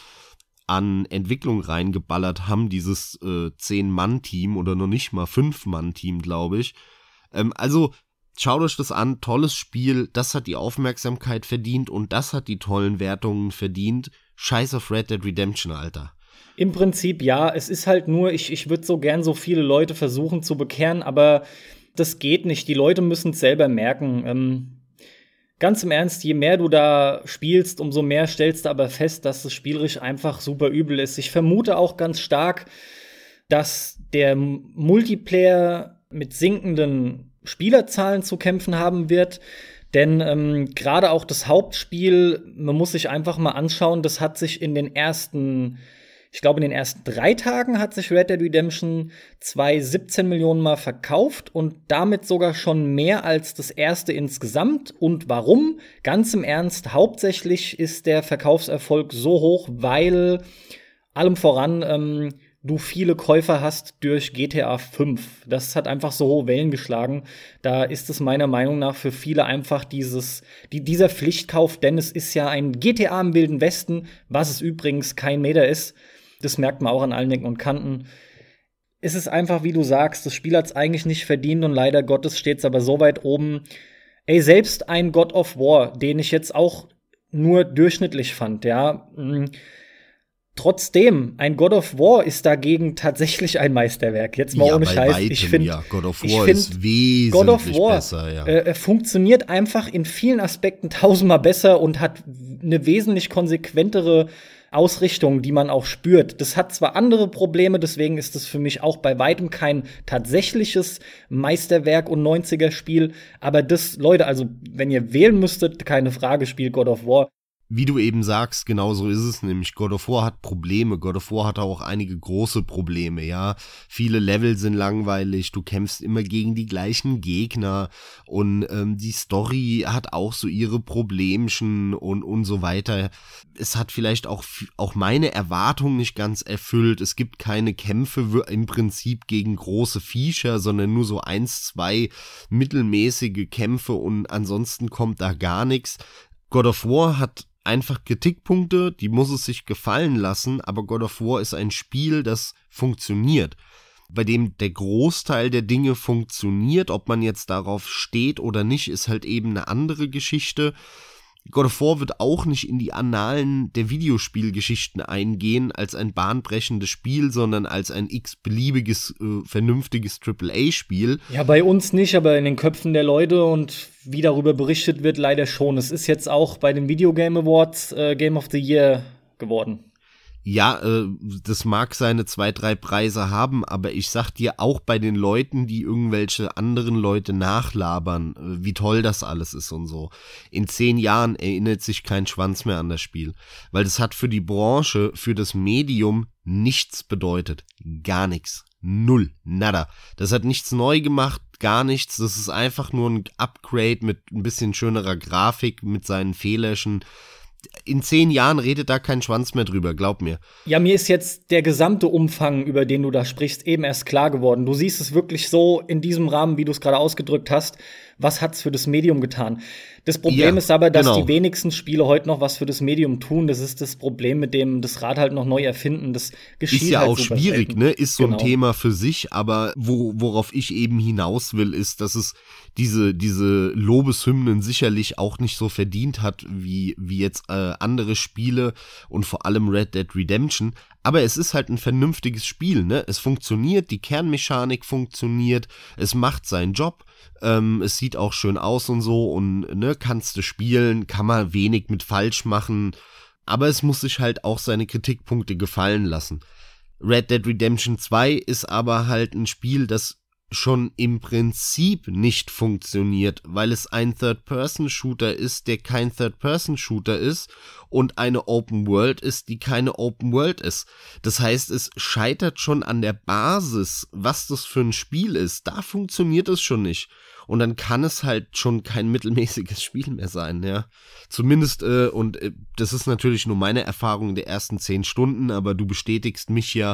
an Entwicklung reingeballert haben. Dieses äh, zehn-Mann-Team oder noch nicht mal fünf-Mann-Team, glaube ich. Ähm, also schaut euch das an. Tolles Spiel. Das hat die Aufmerksamkeit verdient und das hat die tollen Wertungen verdient. Scheiß auf Red Dead Redemption, Alter. Im Prinzip ja. Es ist halt nur, ich, ich würde so gern so viele Leute versuchen zu bekehren, aber das geht nicht. Die Leute müssen es selber merken. Ähm, ganz im Ernst, je mehr du da spielst, umso mehr stellst du aber fest, dass das spielerisch einfach super übel ist. Ich vermute auch ganz stark, dass der Multiplayer mit sinkenden Spielerzahlen zu kämpfen haben wird. Denn ähm, gerade auch das Hauptspiel, man muss sich einfach mal anschauen, das hat sich in den ersten Ich glaube, in den ersten drei Tagen hat sich Red Dead Redemption zwei siebzehn Millionen Mal verkauft und damit sogar schon mehr als das erste insgesamt. Und warum? Ganz im Ernst, hauptsächlich ist der Verkaufserfolg so hoch, weil allem voran ähm, du viele Käufer hast durch G T A fünf. Das hat einfach so hohe Wellen geschlagen. Da ist es meiner Meinung nach für viele einfach dieses, die, dieser Pflichtkauf, denn es ist ja ein G T A im Wilden Westen, was es übrigens kein Meter ist. Das merkt man auch an allen Ecken und Kanten. Es ist einfach, wie du sagst, das Spiel hat's eigentlich nicht verdient und leider Gottes steht's aber so weit oben. Ey, selbst ein God of War, den ich jetzt auch nur durchschnittlich fand, ja. Trotzdem, ein God of War ist dagegen tatsächlich ein Meisterwerk. Jetzt mal ja, ohne bei Scheiß. Weitem, ich finde, ja. God of War ist wesentlich God of War, besser. Ja. Äh, funktioniert einfach in vielen Aspekten tausendmal besser und hat eine wesentlich konsequentere Ausrichtung, die man auch spürt. Das hat zwar andere Probleme, deswegen ist es für mich auch bei weitem kein tatsächliches Meisterwerk und neunziger-Spiel. Aber das, Leute, also wenn ihr wählen müsstet, keine Frage, spielt God of War. Wie du eben sagst, genau so ist es nämlich. God of War hat Probleme. God of War hat auch einige große Probleme, ja. Viele Level sind langweilig, du kämpfst immer gegen die gleichen Gegner und ähm, die Story hat auch so ihre Problemchen und, und so weiter. Es hat vielleicht auch, auch meine Erwartungen nicht ganz erfüllt. Es gibt keine Kämpfe im Prinzip gegen große Viecher, sondern nur so eins, zwei mittelmäßige Kämpfe und ansonsten kommt da gar nichts. God of War hat einfach Kritikpunkte, die muss es sich gefallen lassen, aber God of War ist ein Spiel, das funktioniert, bei dem der Großteil der Dinge funktioniert. Ob man jetzt darauf steht oder nicht, ist halt eben eine andere Geschichte. God of War wird auch nicht in die Annalen der Videospielgeschichten eingehen als ein bahnbrechendes Spiel, sondern als ein x-beliebiges, äh, vernünftiges Triple A Spiel. Ja, bei uns nicht, aber in den Köpfen der Leute und wie darüber berichtet wird, leider schon. Es ist jetzt auch bei den Video Game Awards äh, Game of the Year geworden. Ja, äh, das mag seine zwei, drei Preise haben, aber ich sag dir auch bei den Leuten, die irgendwelche anderen Leute nachlabern, äh, wie toll das alles ist und so. In zehn Jahren erinnert sich kein Schwanz mehr an das Spiel, weil das hat für die Branche, für das Medium nichts bedeutet. Gar nichts. Null. Nada. Das hat nichts neu gemacht, gar nichts. Das ist einfach nur ein Upgrade mit ein bisschen schönerer Grafik, mit seinen Fehlerchen. In zehn Jahren redet da kein Schwanz mehr drüber, glaub mir. Ja, mir ist jetzt der gesamte Umfang, über den du da sprichst, eben erst klar geworden. Du siehst es wirklich so in diesem Rahmen, wie du es gerade ausgedrückt hast. Was hat's für das Medium getan? Das Problem ja, ist aber, dass genau. die wenigsten Spiele heute noch was für das Medium tun. Das ist das Problem, mit dem das Rad halt noch neu erfinden. Das geschieht Ist ja halt auch super schwierig, selten. ne? Ist so Genau. ein Thema für sich, aber wo, worauf ich eben hinaus will, ist, dass es diese, diese Lobeshymnen sicherlich auch nicht so verdient hat, wie, wie jetzt äh, andere Spiele und vor allem Red Dead Redemption. Aber es ist halt ein vernünftiges Spiel, ne? Es funktioniert, die Kernmechanik funktioniert, es macht seinen Job, ähm, es sieht auch schön aus und so und, ne, kannst du spielen, kann man wenig mit falsch machen, aber es muss sich halt auch seine Kritikpunkte gefallen lassen. Red Dead Redemption zwei ist aber halt ein Spiel, das schon im Prinzip nicht funktioniert, weil es ein Third-Person-Shooter ist, der kein Third-Person-Shooter ist und eine Open World ist, die keine Open World ist. Das heißt, es scheitert schon an der Basis, was das für ein Spiel ist. Da funktioniert es schon nicht. Und dann kann es halt schon kein mittelmäßiges Spiel mehr sein, ja. Zumindest, äh, und äh, das ist natürlich nur meine Erfahrung in der ersten zehn Stunden, aber du bestätigst mich ja,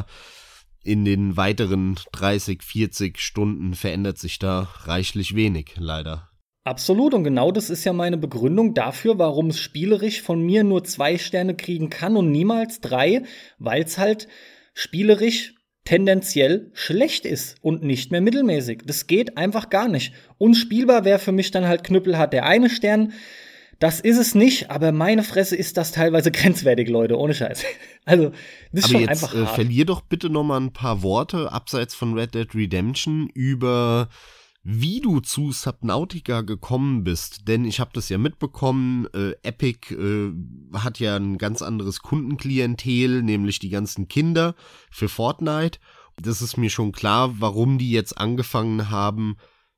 in den weiteren dreißig, vierzig Stunden verändert sich da reichlich wenig, leider. Absolut, und genau das ist ja meine Begründung dafür, warum es spielerisch von mir nur zwei Sterne kriegen kann und niemals drei, weil es halt spielerisch tendenziell schlecht ist und nicht mehr mittelmäßig. Das geht einfach gar nicht. Unspielbar wäre für mich dann halt knüppelhart der eine Stern. Das ist es nicht, aber meine Fresse ist das teilweise grenzwertig, Leute, ohne Scheiß. Also, das ist aber schon jetzt, einfach äh, hart. verlier doch bitte noch mal ein paar Worte, abseits von Red Dead Redemption, über wie du zu Subnautica gekommen bist. Denn ich habe das ja mitbekommen, äh, Epic äh, hat ja ein ganz anderes Kundenklientel, nämlich die ganzen Kinder für Fortnite. Das ist mir schon klar, warum die jetzt angefangen haben,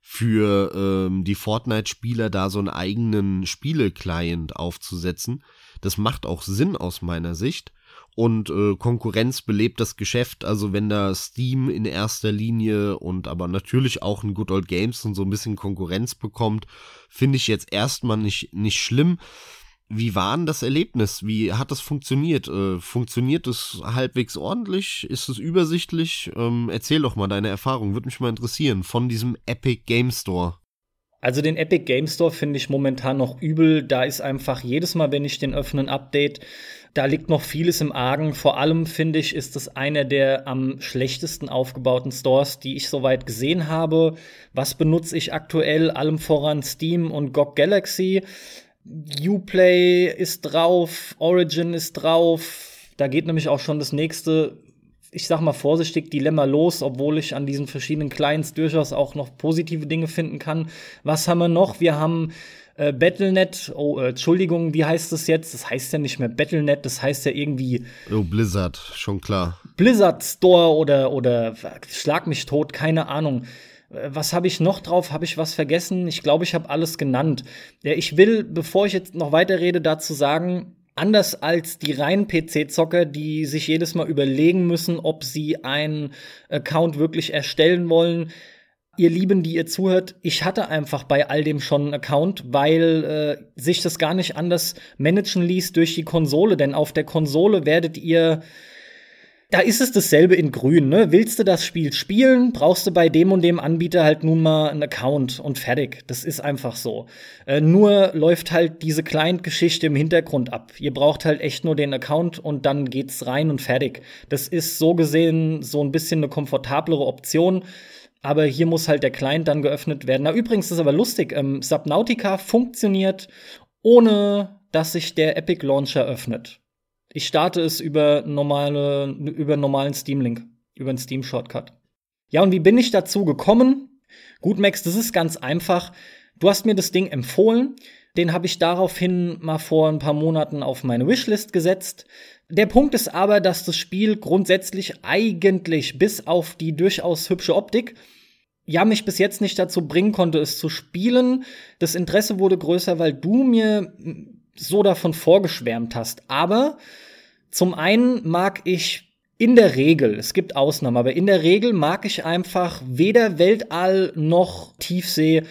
für ähm, die Fortnite-Spieler da so einen eigenen Spiele-Client aufzusetzen. Das macht auch Sinn aus meiner Sicht. Und äh, Konkurrenz belebt das Geschäft, also wenn da Steam in erster Linie und aber natürlich auch ein Good Old Games und so ein bisschen Konkurrenz bekommt, finde ich jetzt erstmal nicht, nicht schlimm. Wie war denn das Erlebnis? Wie hat das funktioniert? Äh, funktioniert es halbwegs ordentlich? Ist es übersichtlich? Ähm, erzähl doch mal deine Erfahrung, würde mich mal interessieren, von diesem Epic Game Store. Also den Epic Game Store finde ich momentan noch übel. Da ist einfach jedes Mal, wenn ich den öffne, ein Update. Da liegt noch vieles im Argen. Vor allem, finde ich, ist es einer der am schlechtesten aufgebauten Stores, die ich soweit gesehen habe. Was benutze ich aktuell? Allem voran Steam und G O G Galaxy. Uplay ist drauf, Origin ist drauf. Da geht nämlich auch schon das nächste, ich sag mal vorsichtig, Dilemma los, obwohl ich an diesen verschiedenen Clients durchaus auch noch positive Dinge finden kann. Was haben wir noch? Wir haben äh, Battle Punkt net. Oh, äh, Entschuldigung, wie heißt das jetzt? Das heißt ja nicht mehr Battle Punkt net, das heißt ja irgendwie Oh, Blizzard, schon klar. Blizzard Store oder, oder Schlag mich tot, keine Ahnung. Was habe ich noch drauf? Habe ich was vergessen? Ich glaube, ich habe alles genannt. Ja, ich will, bevor ich jetzt noch weiterrede, dazu sagen, anders als die reinen P C-Zocker, die sich jedes Mal überlegen müssen, ob sie einen Account wirklich erstellen wollen. Ihr Lieben, die ihr zuhört, ich hatte einfach bei all dem schon einen Account, weil äh, sich das gar nicht anders managen ließ durch die Konsole. Denn auf der Konsole werdet ihr Da ist es dasselbe in grün, ne? Willst du das Spiel spielen, brauchst du bei dem und dem Anbieter halt nun mal einen Account und fertig. Das ist einfach so. Äh, nur läuft halt diese Client-Geschichte im Hintergrund ab. Ihr braucht halt echt nur den Account und dann geht's rein und fertig. Das ist so gesehen so ein bisschen eine komfortablere Option. Aber hier muss halt der Client dann geöffnet werden. Na, übrigens ist aber lustig. Ähm, Subnautica funktioniert, ohne dass sich der Epic Launcher öffnet. Ich starte es über normale, über normalen Steam-Link, über einen Steam-Shortcut. Ja, und wie bin ich dazu gekommen? Gut, Max, das ist ganz einfach. Du hast mir das Ding empfohlen. Den habe ich daraufhin mal vor ein paar Monaten auf meine Wishlist gesetzt. Der Punkt ist aber, dass das Spiel grundsätzlich eigentlich bis auf die durchaus hübsche Optik ja mich bis jetzt nicht dazu bringen konnte, es zu spielen. Das Interesse wurde größer, weil du mir so davon vorgeschwärmt hast. Aber zum einen mag ich in der Regel, es gibt Ausnahmen, aber in der Regel mag ich einfach weder Weltall noch Tiefsee.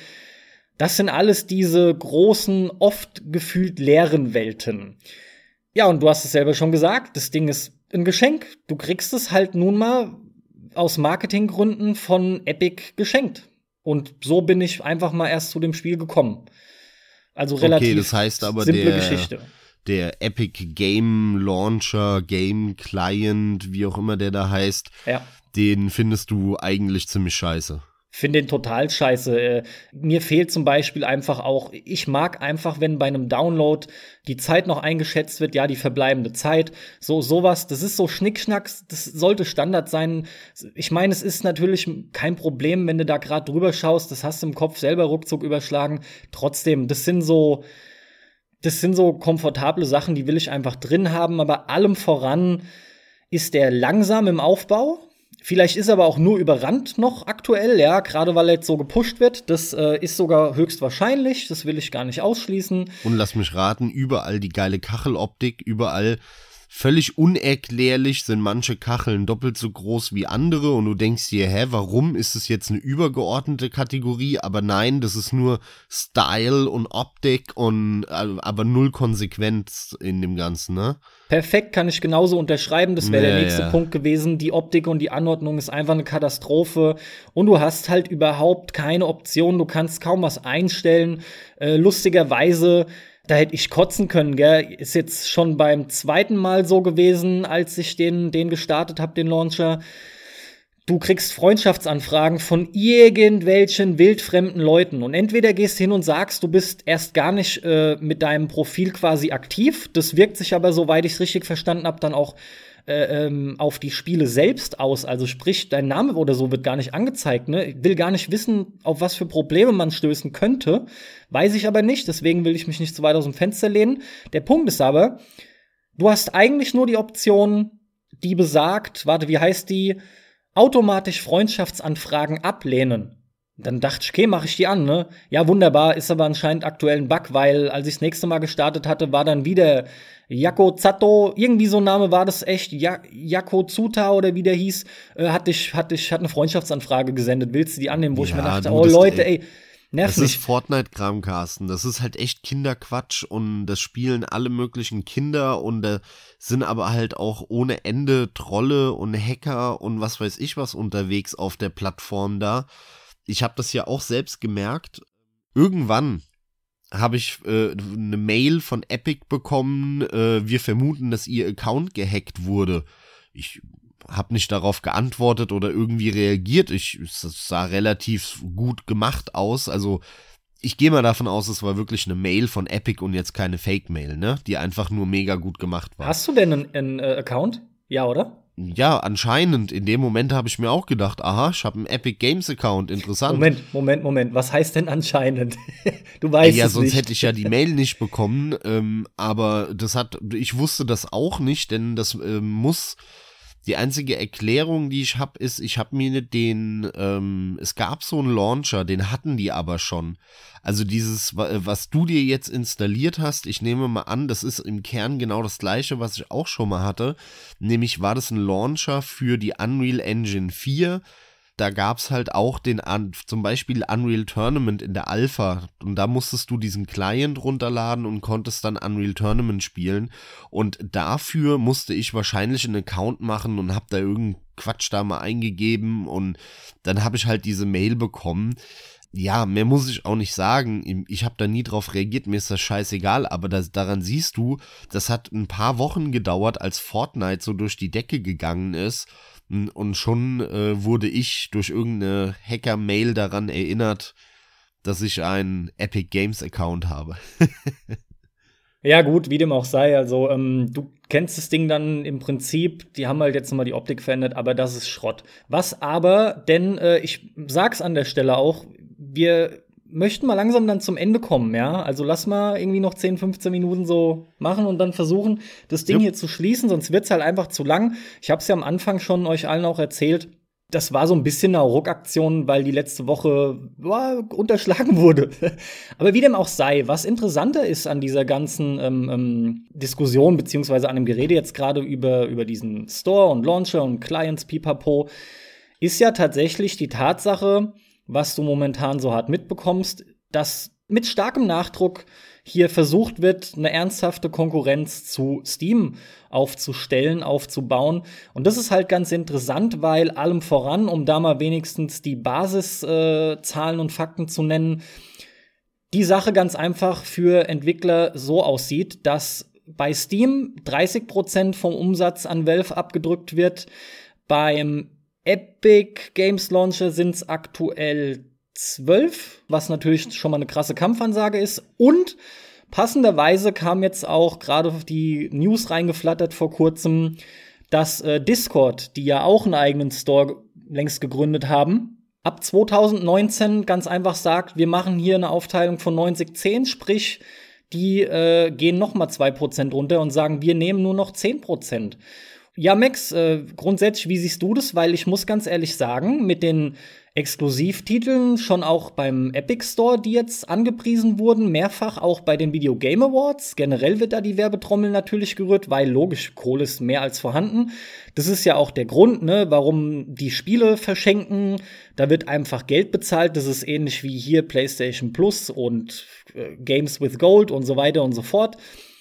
Das sind alles diese großen, oft gefühlt leeren Welten. Ja, und du hast es selber schon gesagt, das Ding ist ein Geschenk. Du kriegst es halt nun mal aus Marketinggründen von Epic geschenkt. Und so bin ich einfach mal erst zu dem Spiel gekommen. Also relativ okay, das heißt aber simple der, Geschichte. Der Epic Game Launcher, Game Client, wie auch immer der da heißt, ja. Den findest du eigentlich ziemlich scheiße. Finde den total scheiße. Äh, mir fehlt zum Beispiel einfach auch, ich mag einfach, wenn bei einem Download die Zeit noch eingeschätzt wird, ja, die verbleibende Zeit, so sowas, das ist so Schnickschnacks, das sollte Standard sein. Ich meine, es ist natürlich kein Problem, wenn du da gerade drüber schaust, das hast du im Kopf selber ruckzuck überschlagen. Trotzdem, das sind so, das sind so komfortable Sachen, die will ich einfach drin haben, aber allem voran ist der langsam im Aufbau. Vielleicht ist er aber auch nur überrannt noch aktuell, ja, gerade weil er jetzt so gepusht wird. Das äh, ist sogar höchstwahrscheinlich, das will ich gar nicht ausschließen. Und lass mich raten, überall die geile Kacheloptik, überall völlig unerklärlich sind manche Kacheln doppelt so groß wie andere und du denkst dir, hä, warum ist es jetzt eine übergeordnete Kategorie? Aber nein, das ist nur Style und Optik und aber null Konsequenz in dem Ganzen, ne? Perfekt, kann ich genauso unterschreiben. Das wäre ja, der nächste ja. Punkt gewesen. Die Optik und die Anordnung ist einfach eine Katastrophe. Und du hast halt überhaupt keine Option. Du kannst kaum was einstellen. Äh, lustigerweise, da hätte ich kotzen können, gell? Ist jetzt schon beim zweiten Mal so gewesen, als ich den, den gestartet habe, den Launcher. Du kriegst Freundschaftsanfragen von irgendwelchen wildfremden Leuten. Und entweder gehst hin und sagst, du bist erst gar nicht äh, mit deinem Profil quasi aktiv. Das wirkt sich aber, soweit ich es richtig verstanden habe, dann auch äh, ähm, auf die Spiele selbst aus. Also sprich, dein Name oder so wird gar nicht angezeigt. Ne? Ich will gar nicht wissen, auf was für Probleme man stößen könnte. Weiß ich aber nicht. Deswegen will ich mich nicht zu weit aus dem Fenster lehnen. Der Punkt ist aber, du hast eigentlich nur die Option, die besagt, warte, wie heißt die? Automatisch Freundschaftsanfragen ablehnen. Dann dachte ich, okay, mache ich die an, ne? Ja, wunderbar, ist aber anscheinend aktuell ein Bug, weil als ich das nächste Mal gestartet hatte, war dann wieder Jako Zato, irgendwie so ein Name war das echt, ja, Jako Zuta oder wie der hieß, äh, hat dich, hat dich, hat eine Freundschaftsanfrage gesendet, willst du die annehmen? Wo ja, ich mir dachte, du, oh das, Leute, ey, ey, nerv das mich. ist Fortnite-Kram, Carsten. Das ist halt echt Kinderquatsch und das spielen alle möglichen Kinder und da sind aber halt auch ohne Ende Trolle und Hacker und was weiß ich was unterwegs auf der Plattform da. Ich habe das ja auch selbst gemerkt. Irgendwann habe ich äh, eine Mail von Epic bekommen, äh, wir vermuten, dass ihr Account gehackt wurde. Ich habe nicht darauf geantwortet oder irgendwie reagiert. Ich, es sah relativ gut gemacht aus. Also ich gehe mal davon aus, es war wirklich eine Mail von Epic und jetzt keine Fake-Mail, ne? Die einfach nur mega gut gemacht war. Hast du denn einen, einen äh, Account? Ja, oder? Ja, anscheinend. In dem Moment habe ich mir auch gedacht, aha, ich habe einen Epic Games Account, interessant. Moment, Moment, Moment. Was heißt denn anscheinend? Du weißt ja, es sonst nicht. hätte ich ja die Mail nicht bekommen. Ähm, aber das hat, ich wusste das auch nicht, denn das ähm, muss Die einzige Erklärung, die ich habe, ist, ich habe mir den, ähm, es gab so einen Launcher, den hatten die aber schon. Also dieses, was du dir jetzt installiert hast, ich nehme mal an, das ist im Kern genau das gleiche, was ich auch schon mal hatte. Nämlich war das ein Launcher für die Unreal Engine vier. Da gab es halt auch den, zum Beispiel Unreal Tournament in der Alpha und da musstest du diesen Client runterladen und konntest dann Unreal Tournament spielen und dafür musste ich wahrscheinlich einen Account machen und hab da irgendeinen Quatsch da mal eingegeben und dann habe ich halt diese Mail bekommen. Ja, mehr muss ich auch nicht sagen, ich habe da nie drauf reagiert, mir ist das scheißegal, aber das, daran siehst du, das hat ein paar Wochen gedauert, als Fortnite so durch die Decke gegangen ist. Und schon äh, wurde ich durch irgendeine Hacker-Mail daran erinnert, dass ich einen Epic Games-Account habe. Ja gut, wie dem auch sei, also ähm, du kennst das Ding dann im Prinzip, die haben halt jetzt nochmal die Optik verändert, aber das ist Schrott. Was aber, denn äh, ich sag's an der Stelle auch, wir möchten mal langsam dann zum Ende kommen, ja? Also lass mal irgendwie noch zehn, fünfzehn Minuten so machen und dann versuchen, das Ding Jupp. hier zu schließen, sonst wird's halt einfach zu lang. Ich hab's ja am Anfang schon euch allen auch erzählt, das war so ein bisschen eine Ruckaktion, weil die letzte Woche ja, unterschlagen wurde. Aber wie dem auch sei, was interessanter ist an dieser ganzen ähm, ähm, Diskussion, beziehungsweise an dem Gerede jetzt gerade über, über diesen Store und Launcher und Clients, pipapo, ist ja tatsächlich die Tatsache, was du momentan so hart mitbekommst, dass mit starkem Nachdruck hier versucht wird, eine ernsthafte Konkurrenz zu Steam aufzustellen, aufzubauen. Und das ist halt ganz interessant, weil allem voran, um da mal wenigstens die Basiszahlen äh, und Fakten zu nennen, die Sache ganz einfach für Entwickler so aussieht, dass bei Steam dreißig Prozent vom Umsatz an Valve abgedrückt wird, beim Epic Games Launcher sind es aktuell zwölf, was natürlich schon mal eine krasse Kampfansage ist. Und passenderweise kam jetzt auch gerade die News reingeflattert vor kurzem, dass äh, Discord, die ja auch einen eigenen Store längst gegründet haben, ab zwanzig neunzehn ganz einfach sagt, wir machen hier eine Aufteilung von neunzig zehn, sprich, die äh, gehen noch mal zwei Prozent runter und sagen, wir nehmen nur noch zehn Prozent. Ja, Max, äh, grundsätzlich, wie siehst du das? Weil ich muss ganz ehrlich sagen, mit den Exklusivtiteln, schon auch beim Epic Store, die jetzt angepriesen wurden, mehrfach auch bei den Video Game Awards. Generell wird da die Werbetrommel natürlich gerührt, weil logisch, Kohle ist mehr als vorhanden. Das ist ja auch der Grund, ne, warum die Spiele verschenken. Da wird einfach Geld bezahlt. Das ist ähnlich wie hier PlayStation Plus und äh, Games with Gold und so weiter und so fort.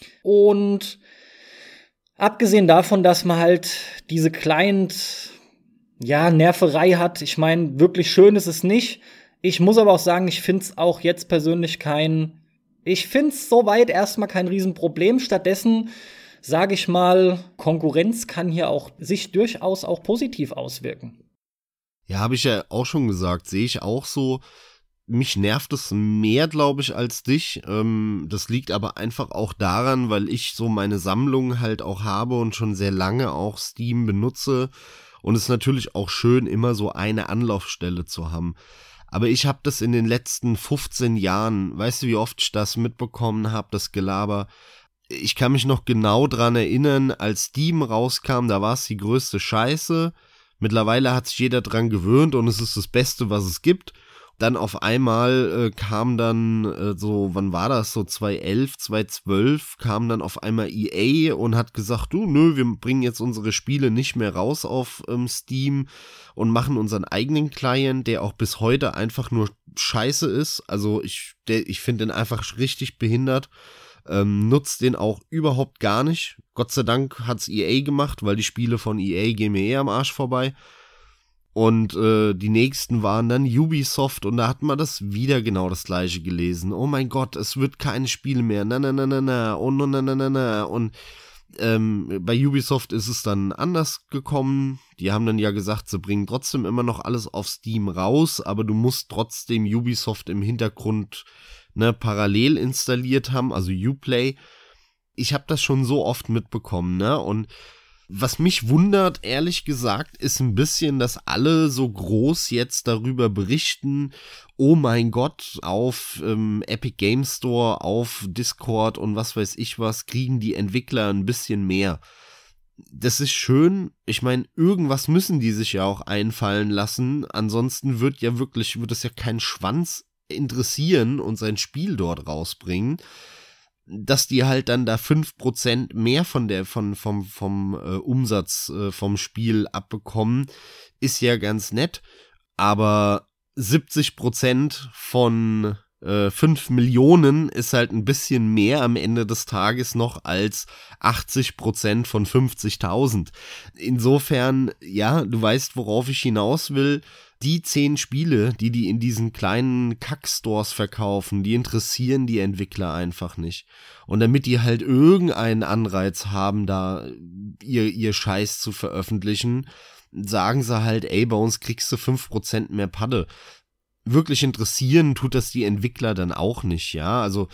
Und abgesehen davon, dass man halt diese Client, ja, Nerverei hat. Ich meine, wirklich schön ist es nicht. Ich muss aber auch sagen, ich find's auch jetzt persönlich kein, ich find's soweit erstmal kein Riesenproblem. Stattdessen sage ich mal, Konkurrenz kann hier auch sich durchaus auch positiv auswirken. Ja, habe ich ja auch schon gesagt, sehe ich auch so. Mich nervt es mehr, glaube ich, als dich. Ähm, das liegt aber einfach auch daran, weil ich so meine Sammlung halt auch habe und schon sehr lange auch Steam benutze. Und es ist natürlich auch schön, immer so eine Anlaufstelle zu haben. Aber ich habe das in den letzten fünfzehn Jahren, weißt du, wie oft ich das mitbekommen habe, das Gelaber. Ich kann mich noch genau dran erinnern, als Steam rauskam, da war es die größte Scheiße. Mittlerweile hat sich jeder dran gewöhnt und es ist das Beste, was es gibt. Dann auf einmal äh, kam dann äh, so, wann war das, so zwanzig elf, zwanzig zwölf, kam dann auf einmal E A und hat gesagt, du, nö, wir bringen jetzt unsere Spiele nicht mehr raus auf ähm, Steam und machen unseren eigenen Client, der auch bis heute einfach nur scheiße ist. Also ich, der, ich finde den einfach richtig behindert, ähm, nutzt den auch überhaupt gar nicht. Gott sei Dank hat's E A gemacht, weil die Spiele von E A gehen mir eh am Arsch vorbei. Und äh, die nächsten waren dann Ubisoft und da hat man das wieder genau das gleiche gelesen. Oh mein Gott, es wird keine Spiele mehr. Na, na, na, na, na. Und na, na, na, na. Und ähm, bei Ubisoft ist es dann anders gekommen. Die haben dann ja gesagt, sie bringen trotzdem immer noch alles auf Steam raus, aber du musst trotzdem Ubisoft im Hintergrund ne, parallel installiert haben, also Uplay. Ich habe das schon so oft mitbekommen, ne? Und was mich wundert, ehrlich gesagt, ist ein bisschen, dass alle so groß jetzt darüber berichten, oh mein Gott, auf ähm, Epic Game Store, auf Discord und was weiß ich was, kriegen die Entwickler ein bisschen mehr. das ist schön. Ich meine, irgendwas müssen die sich ja auch einfallen lassen. Ansonsten wird ja wirklich, wird es ja keinen Schwanz interessieren und sein Spiel dort rausbringen. Dass die halt dann da fünf Prozent mehr von der, von, vom, vom äh, Umsatz äh, vom Spiel abbekommen, ist ja ganz nett. Aber siebzig Prozent von äh, fünf Millionen ist halt ein bisschen mehr am Ende des Tages noch als achtzig Prozent von fünfzigtausend. Insofern, ja, du weißt, worauf ich hinaus will. Die zehn Spiele, die die in diesen kleinen Kackstores verkaufen, die interessieren die Entwickler einfach nicht. Und damit die halt irgendeinen Anreiz haben, da ihr, ihr Scheiß zu veröffentlichen, sagen sie halt, ey, bei uns kriegst du fünf Prozent mehr Padde. Wirklich interessieren tut das die Entwickler dann auch nicht, ja, also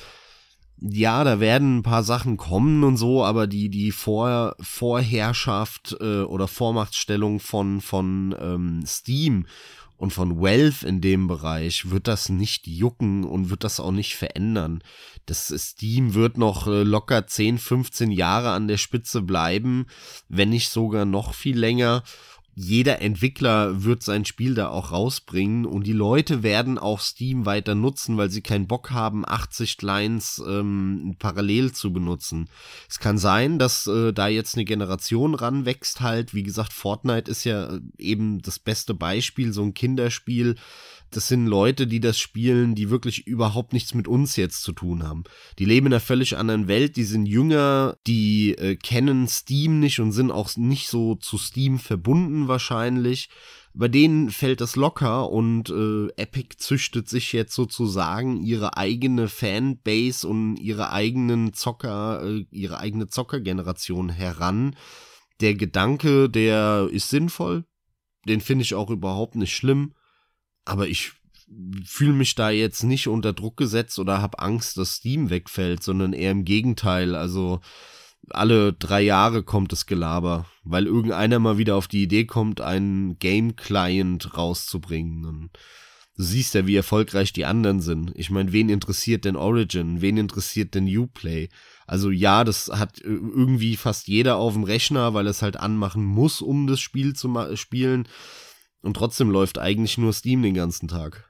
ja, da werden ein paar Sachen kommen und so, aber die die Vor Vorherrschaft äh, oder Vormachtstellung von von ähm, Steam und von Valve in dem Bereich wird das nicht jucken und wird das auch nicht verändern. Das Steam wird noch äh, locker zehn, fünfzehn Jahre an der Spitze bleiben, wenn nicht sogar noch viel länger. Jeder Entwickler wird sein Spiel da auch rausbringen und die Leute werden auch Steam weiter nutzen, weil sie keinen Bock haben, achtzig Clients ähm, parallel zu benutzen. Es kann sein, dass äh, da jetzt eine Generation ranwächst halt. Wie gesagt, Fortnite ist ja eben das beste Beispiel, so ein Kinderspiel. Das sind Leute, die das spielen, die wirklich überhaupt nichts mit uns jetzt zu tun haben. Die leben in einer völlig anderen Welt, die sind jünger, die äh, kennen Steam nicht und sind auch nicht so zu Steam verbunden wahrscheinlich. Bei denen fällt das locker und äh, Epic züchtet sich jetzt sozusagen ihre eigene Fanbase und ihre eigenen Zocker, äh, ihre eigene Zockergeneration heran. Der Gedanke, der ist sinnvoll, den finde ich auch überhaupt nicht schlimm. Aber ich fühle mich da jetzt nicht unter Druck gesetzt oder habe Angst, dass Steam wegfällt, sondern eher im Gegenteil. Also alle drei Jahre kommt das Gelaber, weil irgendeiner mal wieder auf die Idee kommt, einen Game-Client rauszubringen. Und du siehst ja, wie erfolgreich die anderen sind. Ich meine, wen interessiert denn Origin? Wen interessiert denn Uplay? Also ja, das hat irgendwie fast jeder auf dem Rechner, weil es halt anmachen muss, um das Spiel zu ma- spielen. Und trotzdem läuft eigentlich nur Steam den ganzen Tag.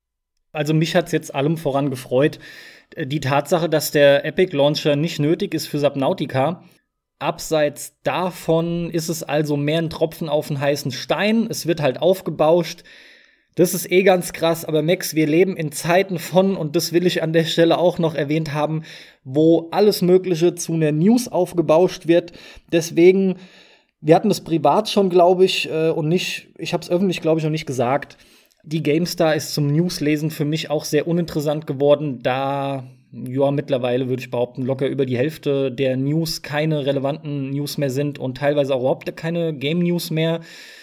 Also mich hat's jetzt allem voran gefreut. Die Tatsache, dass der Epic Launcher nicht nötig ist für Subnautica. Abseits davon ist es also mehr ein Tropfen auf den heißen Stein. Es wird halt aufgebauscht. Das ist eh ganz krass. Aber Max, wir leben in Zeiten von, und das will ich an der Stelle auch noch erwähnt haben, wo alles Mögliche zu einer News aufgebauscht wird. Deswegen, wir hatten das privat schon, glaube ich, und nicht, ich habe es öffentlich, glaube ich, noch nicht gesagt. Die GameStar ist zum Newslesen für mich auch sehr uninteressant geworden, da, ja, mittlerweile würde ich behaupten, locker über die Hälfte der News keine relevanten News mehr sind und teilweise auch überhaupt keine Game-News mehr.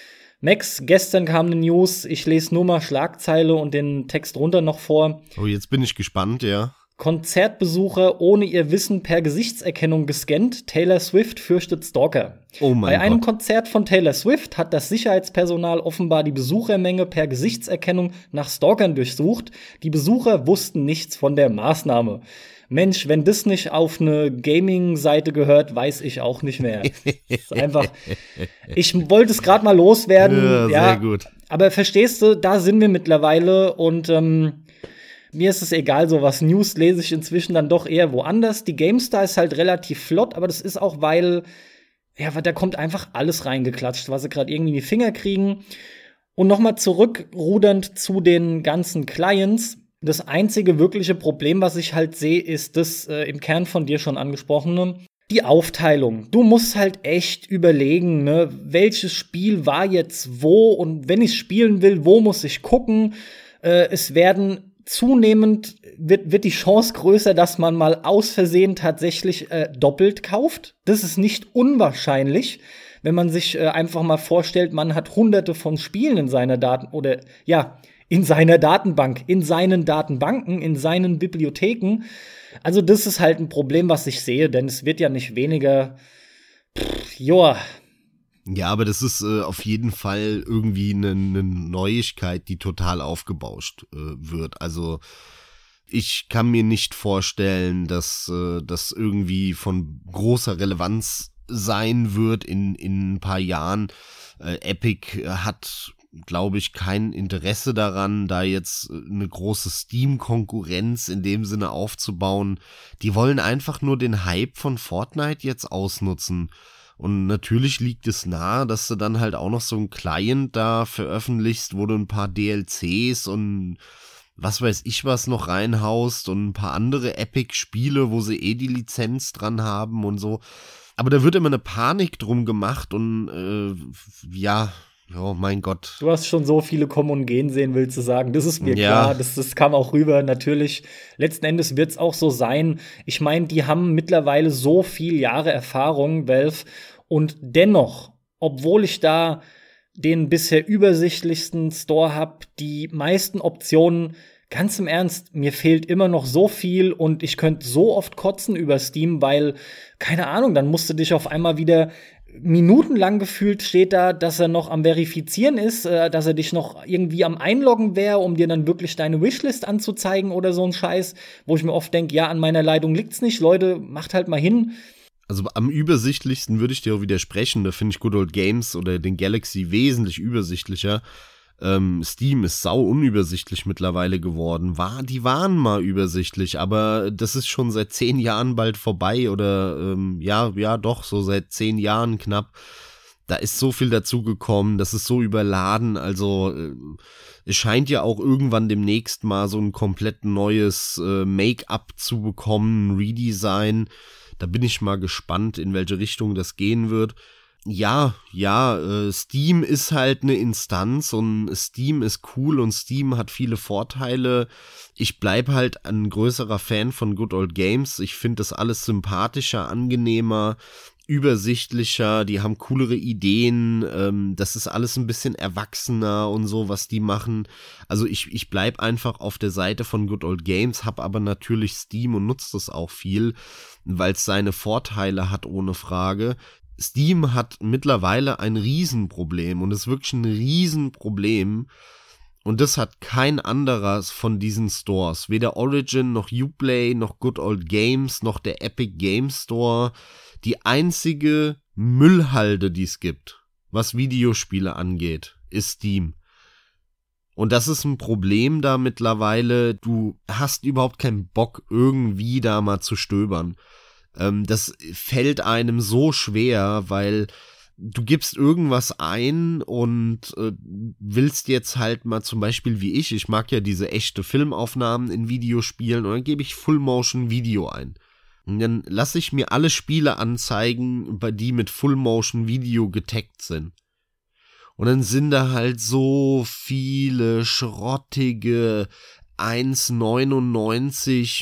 Max, gestern kam eine News, ich lese nur mal Schlagzeile und den Text runter noch vor. Oh, jetzt bin ich gespannt, ja. Konzertbesucher ohne ihr Wissen per Gesichtserkennung gescannt. Taylor Swift fürchtet Stalker. Oh mein Bei einem Gott. Konzert von Taylor Swift hat das Sicherheitspersonal offenbar die Besuchermenge per Gesichtserkennung nach Stalkern durchsucht. Die Besucher wussten nichts von der Maßnahme. Mensch, wenn das nicht auf eine Gaming-Seite gehört, weiß ich auch nicht mehr. Das ist einfach. Ich wollte es gerade mal loswerden. Ja, ja, sehr gut. Aber verstehst du, da sind wir mittlerweile und ähm, mir ist es egal, so was News lese ich inzwischen dann doch eher woanders. Die GameStar ist halt relativ flott, aber das ist auch, weil, ja, da kommt einfach alles reingeklatscht, was sie gerade irgendwie in die Finger kriegen. Und noch mal zurückrudernd zu den ganzen Clients. Das einzige wirkliche Problem, was ich halt sehe, ist das äh, im Kern von dir schon angesprochene. Die Aufteilung. Du musst halt echt überlegen, ne, welches Spiel war jetzt wo und wenn ich spielen will, wo muss ich gucken? Äh, es werden zunehmend wird, wird die Chance größer, dass man mal aus Versehen tatsächlich äh, doppelt kauft. Das ist nicht unwahrscheinlich, wenn man sich äh, einfach mal vorstellt, man hat hunderte von Spielen in seiner Daten oder ja, in seiner Datenbank, in seinen Datenbanken, in seinen Bibliotheken. Also das ist halt ein Problem, was ich sehe, denn es wird ja nicht weniger. Pff, joa. Ja, aber das ist äh, auf jeden Fall irgendwie eine, eine Neuigkeit, die total aufgebauscht äh, wird. Also ich kann mir nicht vorstellen, dass äh, das irgendwie von großer Relevanz sein wird in, in ein paar Jahren. Äh, Epic hat, glaube ich, kein Interesse daran, da jetzt eine große Steam-Konkurrenz in dem Sinne aufzubauen. Die wollen einfach nur den Hype von Fortnite jetzt ausnutzen. Und natürlich liegt es nahe, dass du dann halt auch noch so einen Client da veröffentlichst, wo du ein paar D L Cs und was weiß ich was noch reinhaust und ein paar andere Epic-Spiele, wo sie eh die Lizenz dran haben und so. Aber da wird immer eine Panik drum gemacht und äh, ja, oh mein Gott. Du hast schon so viele kommen und gehen sehen, willst du sagen. Das ist mir Ja. klar, das, das kam auch rüber. Natürlich, letzten Endes wird es auch so sein. Ich meine, die haben mittlerweile so viele Jahre Erfahrung, Valve. Und dennoch, obwohl ich da den bisher übersichtlichsten Store habe, die meisten Optionen, ganz im Ernst, mir fehlt immer noch so viel und ich könnte so oft kotzen über Steam, weil, keine Ahnung, dann musst du dich auf einmal wieder minutenlang gefühlt steht da, dass er noch am Verifizieren ist, äh, dass er dich noch irgendwie am Einloggen wäre, um dir dann wirklich deine Wishlist anzuzeigen oder so ein Scheiß, wo ich mir oft denke, ja, an meiner Leitung liegt's nicht, Leute, macht halt mal hin. Also am übersichtlichsten würde ich dir auch widersprechen, da finde ich Good Old Games oder den Galaxy wesentlich übersichtlicher. Ähm, Steam ist sau unübersichtlich mittlerweile geworden. War, die waren mal übersichtlich, aber das ist schon seit zehn Jahren bald vorbei oder ähm, ja, ja doch, so seit zehn Jahren knapp. Da ist so viel dazu gekommen, das ist so überladen, also äh, es scheint ja auch irgendwann demnächst mal so ein komplett neues äh, Make-up zu bekommen, ein Redesign. Da bin ich mal gespannt, in welche Richtung das gehen wird. Ja, ja, äh, Steam ist halt eine Instanz und Steam ist cool und Steam hat viele Vorteile. Ich bleib halt ein größerer Fan von Good Old Games. Ich finde das alles sympathischer, angenehmer, übersichtlicher, die haben coolere Ideen, ähm, das ist alles ein bisschen erwachsener und so, was die machen. Also ich, ich bleib einfach auf der Seite von Good Old Games, hab aber natürlich Steam und nutze das auch viel, weil es seine Vorteile hat, ohne Frage. Steam hat mittlerweile ein Riesenproblem und ist wirklich ein Riesenproblem und das hat kein anderer von diesen Stores, weder Origin noch Uplay noch Good Old Games noch der Epic Game Store. Die einzige Müllhalde, die es gibt, was Videospiele angeht, ist Steam. Und das ist ein Problem da mittlerweile, du hast überhaupt keinen Bock irgendwie da mal zu stöbern. Das fällt einem so schwer, weil du gibst irgendwas ein und äh, willst jetzt halt mal zum Beispiel wie ich, ich mag ja diese echte Filmaufnahmen in Videospielen und dann gebe ich Full-Motion-Video ein. Und dann lasse ich mir alle Spiele anzeigen, bei die mit Full-Motion-Video getaggt sind. Und dann sind da halt so viele schrottige eins neunundneunzig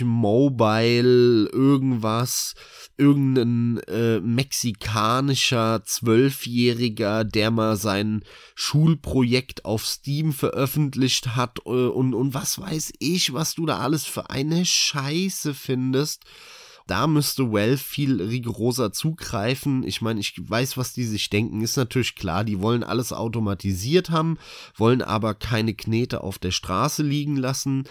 Mobile irgendwas, irgendein äh, mexikanischer Zwölfjähriger, der mal sein Schulprojekt auf Steam veröffentlicht hat äh, und, und was weiß ich, was du da alles für eine Scheiße findest. Da müsste Valve viel rigoroser zugreifen. Ich meine, ich weiß, was die sich denken. Ist natürlich klar, die wollen alles automatisiert haben, wollen aber keine Knete auf der Straße liegen lassen.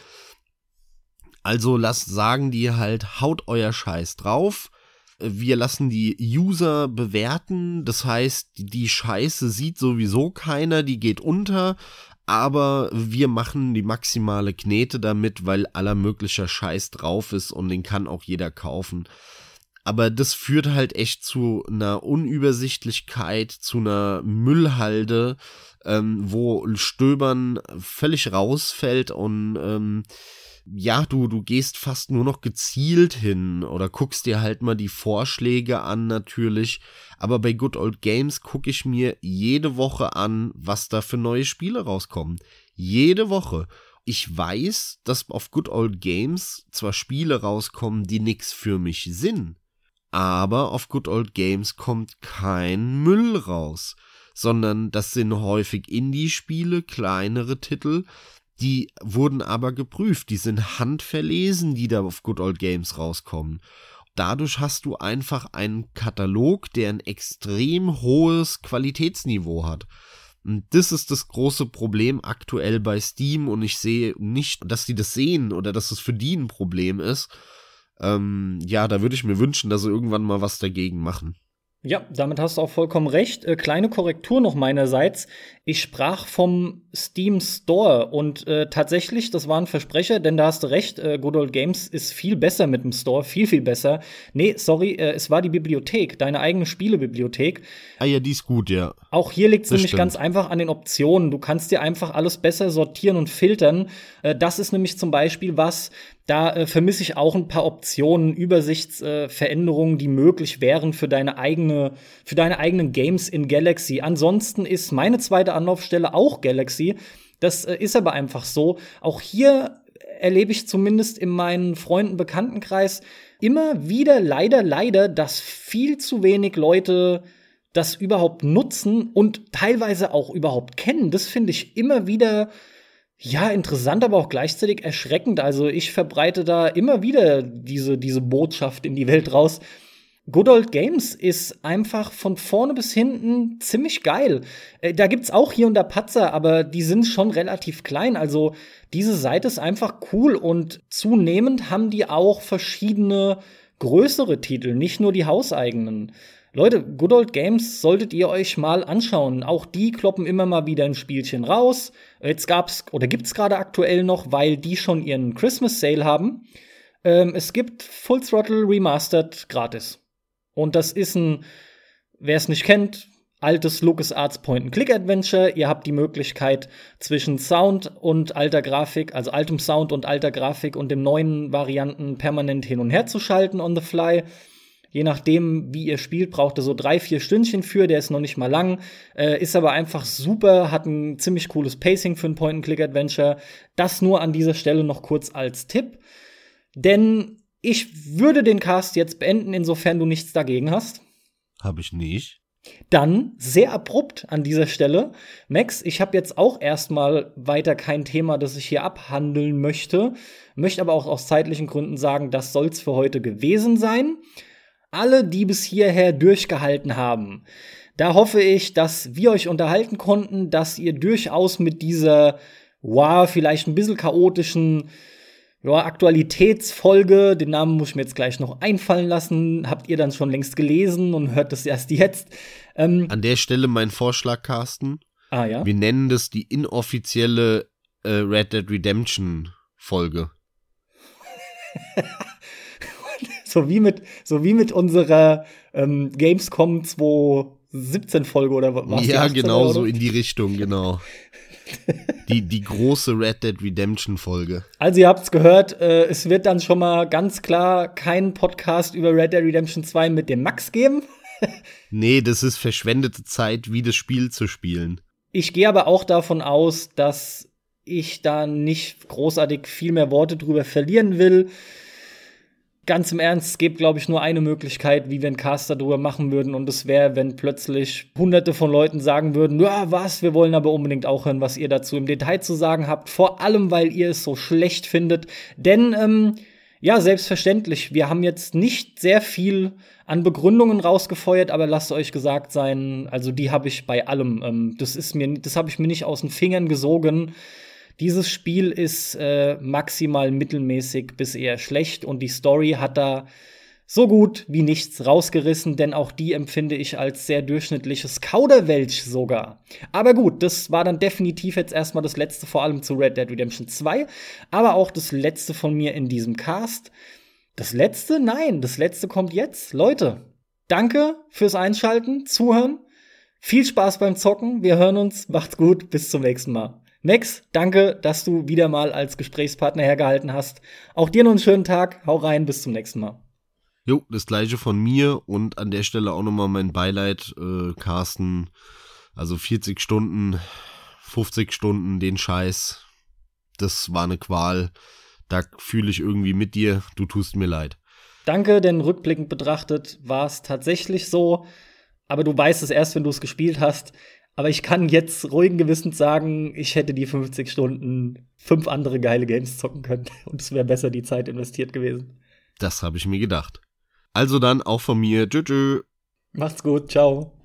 Also lasst sagen die halt, haut euer Scheiß drauf. Wir lassen die User bewerten. Das heißt, die Scheiße sieht sowieso keiner, die geht unter. Aber wir machen die maximale Knete damit, weil aller möglicher Scheiß drauf ist und den kann auch jeder kaufen. Aber das führt halt echt zu einer Unübersichtlichkeit, zu einer Müllhalde, ähm, wo Stöbern völlig rausfällt und ähm, ja, du, du gehst fast nur noch gezielt hin oder guckst dir halt mal die Vorschläge an natürlich, aber bei Good Old Games gucke ich mir jede Woche an, was da für neue Spiele rauskommen. Jede Woche. Ich weiß, dass auf Good Old Games zwar Spiele rauskommen, die nix für mich sind, aber auf Good Old Games kommt kein Müll raus, sondern das sind häufig Indie-Spiele, kleinere Titel. Die wurden aber geprüft, die sind handverlesen, die da auf Good Old Games rauskommen. Dadurch hast du einfach einen Katalog, der ein extrem hohes Qualitätsniveau hat. Und das ist das große Problem aktuell bei Steam und ich sehe nicht, dass die das sehen oder dass es für die ein Problem ist. Ähm, ja, da würde ich mir wünschen, dass sie irgendwann mal was dagegen machen. Ja, damit hast du auch vollkommen recht. Äh, kleine Korrektur noch meinerseits. Ich sprach vom Steam Store und äh, tatsächlich, das war ein Versprecher, denn da hast du recht, äh, Good Old Games ist viel besser mit dem Store, viel, viel besser. Nee, sorry, äh, es war die Bibliothek, deine eigene Spielebibliothek. Ah ja, die ist gut, ja. Auch hier liegt es Das nämlich stimmt. ganz einfach an den Optionen. Du kannst dir einfach alles besser sortieren und filtern. Äh, das ist nämlich zum Beispiel was, da äh, vermisse ich auch ein paar Optionen, Übersichtsveränderungen, äh, die möglich wären für deine eigene, für deine eigenen Games in Galaxy. Ansonsten ist meine zweite Anlaufstelle auch Galaxy. Das äh, ist aber einfach so. Auch hier erlebe ich zumindest in meinen Freunden-Bekanntenkreis immer wieder, leider, leider, dass viel zu wenig Leute das überhaupt nutzen und teilweise auch überhaupt kennen. Das finde ich immer wieder ja, interessant, aber auch gleichzeitig erschreckend. Also ich verbreite da immer wieder diese, diese Botschaft in die Welt raus. Good Old Games ist einfach von vorne bis hinten ziemlich geil. Äh, da gibt's auch hier und da Patzer, aber die sind schon relativ klein. Also diese Seite ist einfach cool und zunehmend haben die auch verschiedene größere Titel, nicht nur die hauseigenen. Leute, Good Old Games solltet ihr euch mal anschauen. Auch die kloppen immer mal wieder ein Spielchen raus. Jetzt gab's oder gibt's gerade aktuell noch, weil die schon ihren Christmas Sale haben. Ähm, es gibt Full Throttle Remastered gratis. Und das ist ein, wer es nicht kennt, altes LucasArts Point-and-Click-Adventure. Ihr habt die Möglichkeit, zwischen Sound und alter Grafik, also altem Sound und alter Grafik und den neuen Varianten permanent hin und her zu schalten on the fly. Je nachdem, wie ihr spielt, braucht ihr so drei, vier Stündchen für. Der ist noch nicht mal lang, äh, ist aber einfach super, hat ein ziemlich cooles Pacing für ein Point-and-Click-Adventure. Das nur an dieser Stelle noch kurz als Tipp. Denn ich würde den Cast jetzt beenden, insofern du nichts dagegen hast. Hab ich nicht. Dann sehr abrupt an dieser Stelle. Max, ich habe jetzt auch erstmal weiter kein Thema, das ich hier abhandeln möchte. Möchte aber auch aus zeitlichen Gründen sagen, das soll's für heute gewesen sein. Alle, die bis hierher durchgehalten haben, da hoffe ich, dass wir euch unterhalten konnten, dass ihr durchaus mit dieser, wow, vielleicht ein bisschen chaotischen ja, Aktualitätsfolge, den Namen muss ich mir jetzt gleich noch einfallen lassen, habt ihr dann schon längst gelesen und hört das erst jetzt. Ähm, An der Stelle mein Vorschlag, Carsten. ah ja. Wir nennen das die inoffizielle äh, Red Dead Redemption Folge. So wie mit, so wie mit unserer ähm, Gamescom zwanzig siebzehn Folge oder was? Ja, genau, so in die Richtung, genau. die, die große Red Dead Redemption Folge. Also ihr habt's gehört, äh, es wird dann schon mal ganz klar keinen Podcast über Red Dead Redemption zwei mit dem Max geben. Nee, das ist verschwendete Zeit, wie das Spiel zu spielen. Ich gehe aber auch davon aus, dass ich da nicht großartig viel mehr Worte drüber verlieren will. Ganz im Ernst, es gibt, glaube ich, nur eine Möglichkeit, wie wir einen Cast darüber machen würden. Und das wäre, wenn plötzlich hunderte von Leuten sagen würden, ja, was, wir wollen aber unbedingt auch hören, was ihr dazu im Detail zu sagen habt. Vor allem, weil ihr es so schlecht findet. Denn, ähm, ja, selbstverständlich, wir haben jetzt nicht sehr viel an Begründungen rausgefeuert, aber lasst euch gesagt sein, also die habe ich bei allem. Ähm, das ist mir, das habe ich mir nicht aus den Fingern gesogen. Dieses Spiel ist äh, maximal mittelmäßig bis eher schlecht und die Story hat da so gut wie nichts rausgerissen, denn auch die empfinde ich als sehr durchschnittliches Kauderwelsch sogar. Aber gut, das war dann definitiv jetzt erstmal das letzte, vor allem zu Red Dead Redemption zwei, aber auch das letzte von mir in diesem Cast. Das letzte? Nein, das letzte kommt jetzt. Leute, danke fürs Einschalten, Zuhören. Viel Spaß beim Zocken. Wir hören uns. Macht's gut. Bis zum nächsten Mal. Max, danke, dass du wieder mal als Gesprächspartner hergehalten hast. Auch dir noch einen schönen Tag. Hau rein, bis zum nächsten Mal. Jo, das gleiche von mir und an der Stelle auch nochmal mein Beileid, äh, Carsten. Also vierzig Stunden, fünfzig Stunden, den Scheiß. Das war eine Qual. Da fühle ich irgendwie mit dir. Du tust mir leid. Danke, denn rückblickend betrachtet war es tatsächlich so. Aber du weißt es erst, wenn du es gespielt hast. Aber ich kann jetzt ruhigen Gewissens sagen, ich hätte die fünfzig Stunden fünf andere geile Games zocken können. Und es wäre besser die Zeit investiert gewesen. Das habe ich mir gedacht. Also dann auch von mir. Tschö, tschö. Macht's gut. Ciao.